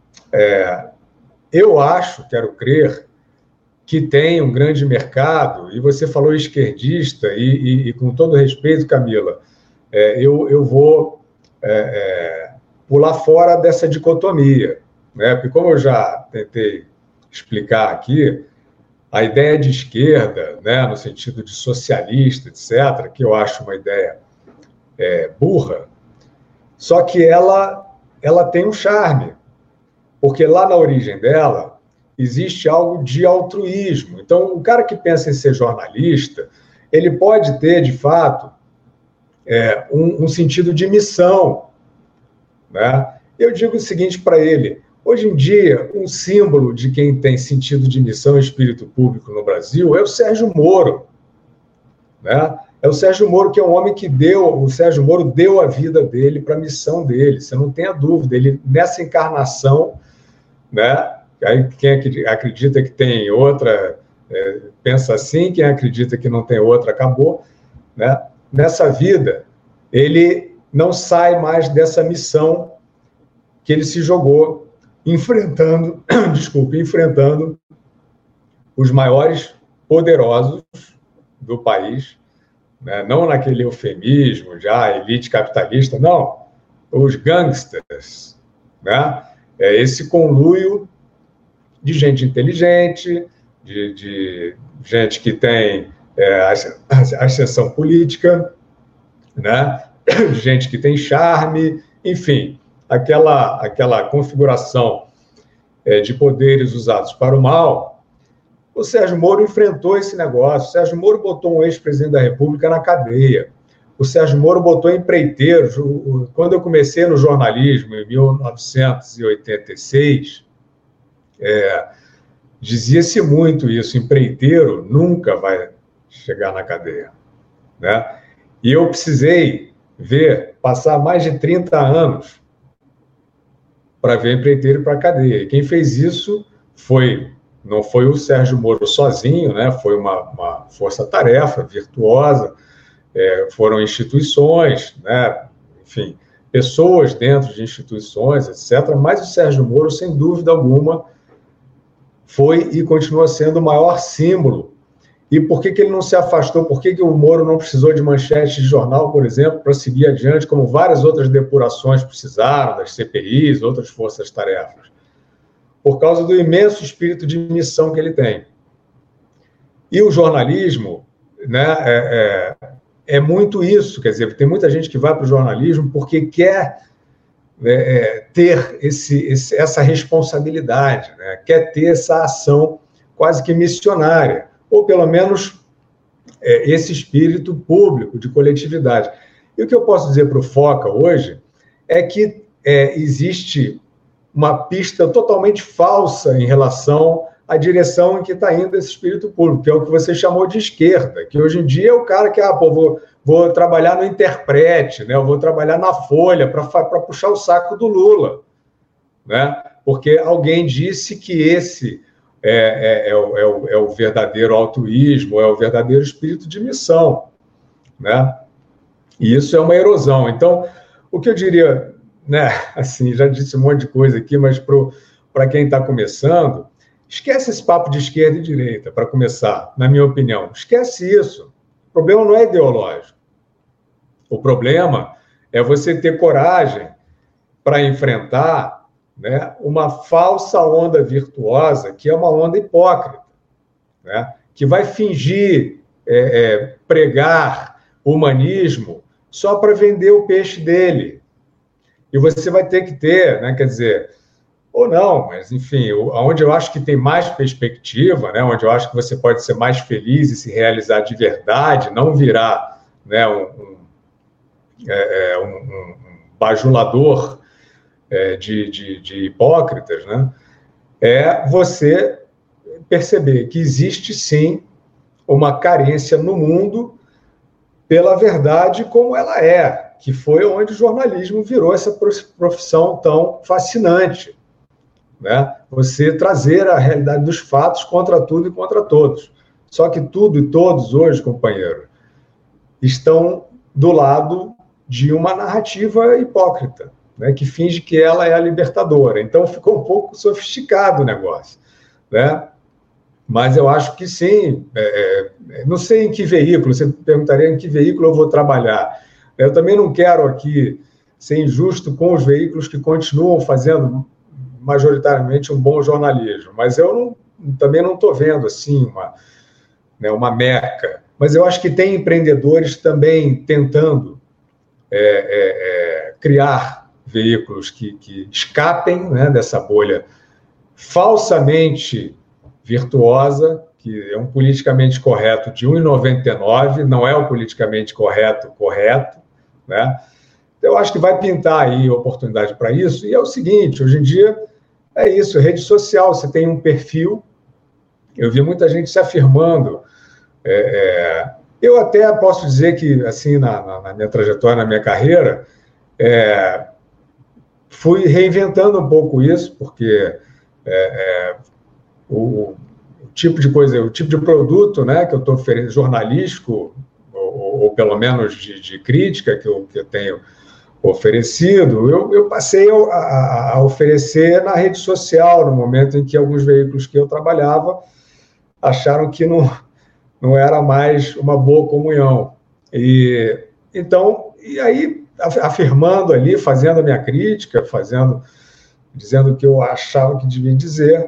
é, eu acho, quero crer, que tem um grande mercado, e você falou esquerdista, e, e, e com todo respeito, Camila, é, eu, eu vou é, é, pular fora dessa dicotomia, né? Porque como eu já tentei explicar aqui, a ideia de esquerda, né, no sentido de socialista, etcétera, que eu acho uma ideia é, burra, só que ela, ela tem um charme, porque lá na origem dela existe algo de altruísmo. Então, o cara que pensa em ser jornalista, ele pode ter, de fato, é, um, um sentido de missão, né? Eu digo o seguinte para ele: hoje em dia, um símbolo de quem tem sentido de missão e espírito público no Brasil é o Sérgio Moro, né? É o Sérgio Moro, que é um homem que deu, o Sérgio Moro deu a vida dele para a missão dele, você não tenha dúvida, ele nessa encarnação, né? Aí quem acredita que tem outra, é, pensa assim, quem acredita que não tem outra, acabou, né? Nessa vida, ele não sai mais dessa missão que ele se jogou, enfrentando, desculpe, enfrentando os maiores poderosos do país, né? Não naquele eufemismo, já elite capitalista, não, os gangsters, né? É esse conluio de gente inteligente, de, de gente que tem é, ascensão política, né? Gente que tem charme, enfim, aquela, aquela configuração é, de poderes usados para o mal. O Sérgio Moro enfrentou esse negócio. O Sérgio Moro botou um ex-presidente da República na cadeia. O Sérgio Moro botou empreiteiros. Quando eu comecei no jornalismo, em mil novecentos e oitenta e seis, é, dizia-se muito isso: empreiteiro nunca vai chegar na cadeia, né? E eu precisei ver, passar mais de trinta anos para ver empreiteiro para a cadeia. E quem fez isso foi, não foi o Sérgio Moro sozinho, né? Foi uma, uma força-tarefa virtuosa, é, foram instituições, né? Enfim, pessoas dentro de instituições, etcétera. Mas o Sérgio Moro, sem dúvida alguma, foi e continua sendo o maior símbolo. E por que que ele não se afastou? Por que que o Moro não precisou de manchete de jornal, por exemplo, para seguir adiante, como várias outras depurações precisaram, das C P Is, outras forças-tarefas? Por causa do imenso espírito de missão que ele tem. E o jornalismo, né, é, é, é muito isso, quer dizer, tem muita gente que vai para o jornalismo porque quer é, ter esse, esse, essa responsabilidade, né, quer ter essa ação quase que missionária, ou pelo menos é, esse espírito público de coletividade. E o que eu posso dizer para o Foca hoje é que é, existe uma pista totalmente falsa em relação à direção em que está indo esse espírito público, que é o que você chamou de esquerda, que hoje em dia é o cara que, ah, pô, vou, vou trabalhar no Interprete, né? Eu vou trabalhar na Folha para puxar o saco do Lula, né? Porque alguém disse que esse é, é, é, o, é, o, é o verdadeiro altruísmo, é o verdadeiro espírito de missão, né? E isso é uma erosão. Então, o que eu diria né, assim, já disse um monte de coisa aqui, mas para quem está começando, esquece esse papo de esquerda e direita, para começar, na minha opinião. Esquece isso. O problema não é ideológico. O problema é você ter coragem para enfrentar, né, uma falsa onda virtuosa, que é uma onda hipócrita, né, que vai fingir é, é, pregar humanismo só para vender o peixe dele. E você vai ter que ter, né, quer dizer, ou não, mas, enfim, onde eu acho que tem mais perspectiva, né, onde eu acho que você pode ser mais feliz e se realizar de verdade, não virar, né, um, um, é, um, um bajulador é, de, de, de hipócritas, né, é você perceber que existe, sim, uma carência no mundo pela verdade como ela é, que foi onde o jornalismo virou essa profissão tão fascinante, né? Você trazer a realidade dos fatos contra tudo e contra todos. Só que tudo e todos hoje, companheiro, estão do lado de uma narrativa hipócrita, né? Que finge que ela é a libertadora. Então ficou um pouco sofisticado o negócio, né? Mas eu acho que sim. É, é, não sei em que veículo, você perguntaria em que veículo eu vou trabalhar. Eu também não quero aqui ser injusto com os veículos que continuam fazendo majoritariamente um bom jornalismo, mas eu não, também não estou vendo assim uma, né, uma meca. Mas eu acho que tem empreendedores também tentando é, é, é, criar veículos que, que escapem, né, dessa bolha falsamente virtuosa, que é um politicamente correto de um vírgula noventa e nove, não é o politicamente correto correto, né? Eu acho que vai pintar aí oportunidade para isso, e é o seguinte, hoje em dia é isso, rede social, você tem um perfil, eu vi muita gente se afirmando, é, é, eu até posso dizer que, assim, na, na, na minha trajetória, na minha carreira, é, fui reinventando um pouco isso, porque é, é, o, o tipo de coisa, o tipo de produto, né, que eu estou oferecendo, jornalístico, ou, ou pelo menos de, de crítica que eu, que eu tenho oferecido, eu, eu passei a, a oferecer na rede social, no momento em que alguns veículos que eu trabalhava acharam que não, não era mais uma boa comunhão. E, então, e aí, afirmando ali, fazendo a minha crítica, fazendo, dizendo o que eu achava que devia dizer,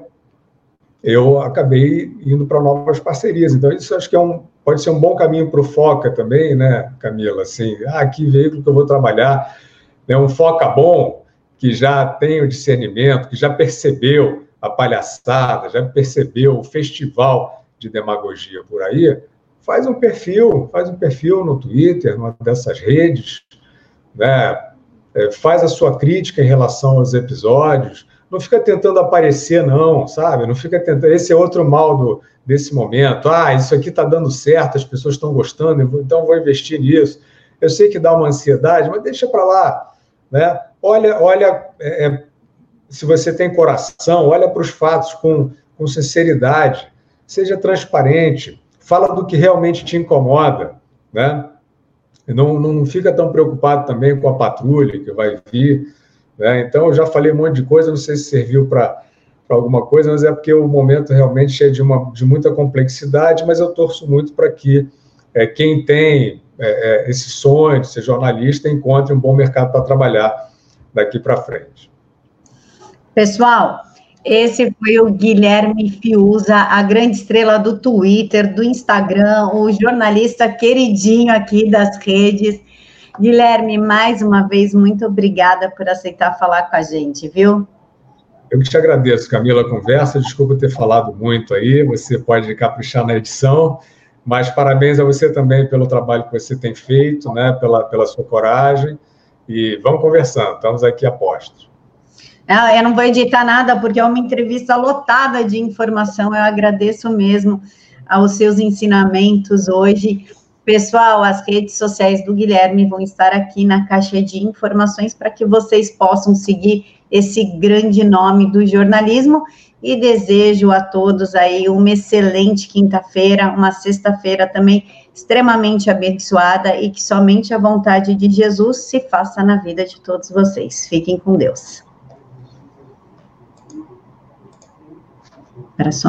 eu acabei indo para novas parcerias. Então, isso acho que é um, pode ser um bom caminho para o Foca também, né, Camila? Assim, ah, que veículo que eu vou trabalhar? É um Foca bom, que já tem o discernimento, que já percebeu a palhaçada, já percebeu o festival de demagogia por aí, faz um perfil, faz um perfil no Twitter, numa dessas redes, né? É, faz a sua crítica em relação aos episódios, não fica tentando aparecer, não, sabe? Não fica tentando. Esse é outro mal do, desse momento. Ah, isso aqui está dando certo, as pessoas estão gostando, então vou investir nisso. Eu sei que dá uma ansiedade, mas deixa para lá, né? Olha, olha é, se você tem coração, olha para os fatos com, com sinceridade, seja transparente, fala do que realmente te incomoda, né? Não, não fica tão preocupado também com a patrulha que vai vir, né? Então, eu já falei um monte de coisa, não sei se serviu para alguma coisa, mas é porque o momento realmente é de, uma, de muita complexidade, mas eu torço muito para que é, quem tem é, é, esse sonho de ser jornalista encontre um bom mercado para trabalhar daqui para frente. Pessoal, esse foi o Guilherme Fiuza, a grande estrela do Twitter, do Instagram, o jornalista queridinho aqui das redes. Guilherme, mais uma vez, muito obrigada por aceitar falar com a gente, viu? Eu que te agradeço, Camila, a conversa. Desculpa ter falado muito aí, você pode caprichar na edição, mas parabéns a você também pelo trabalho que você tem feito, né, pela, pela sua coragem, e vamos conversando, estamos aqui a postos. Eu não vou editar nada, porque é uma entrevista lotada de informação, eu agradeço mesmo aos seus ensinamentos hoje. Pessoal, as redes sociais do Guilherme vão estar aqui na caixa de informações para que vocês possam seguir esse grande nome do jornalismo, e desejo a todos aí uma excelente quinta-feira, uma sexta-feira também extremamente abençoada e que somente a vontade de Jesus se faça na vida de todos vocês. Fiquem com Deus. Para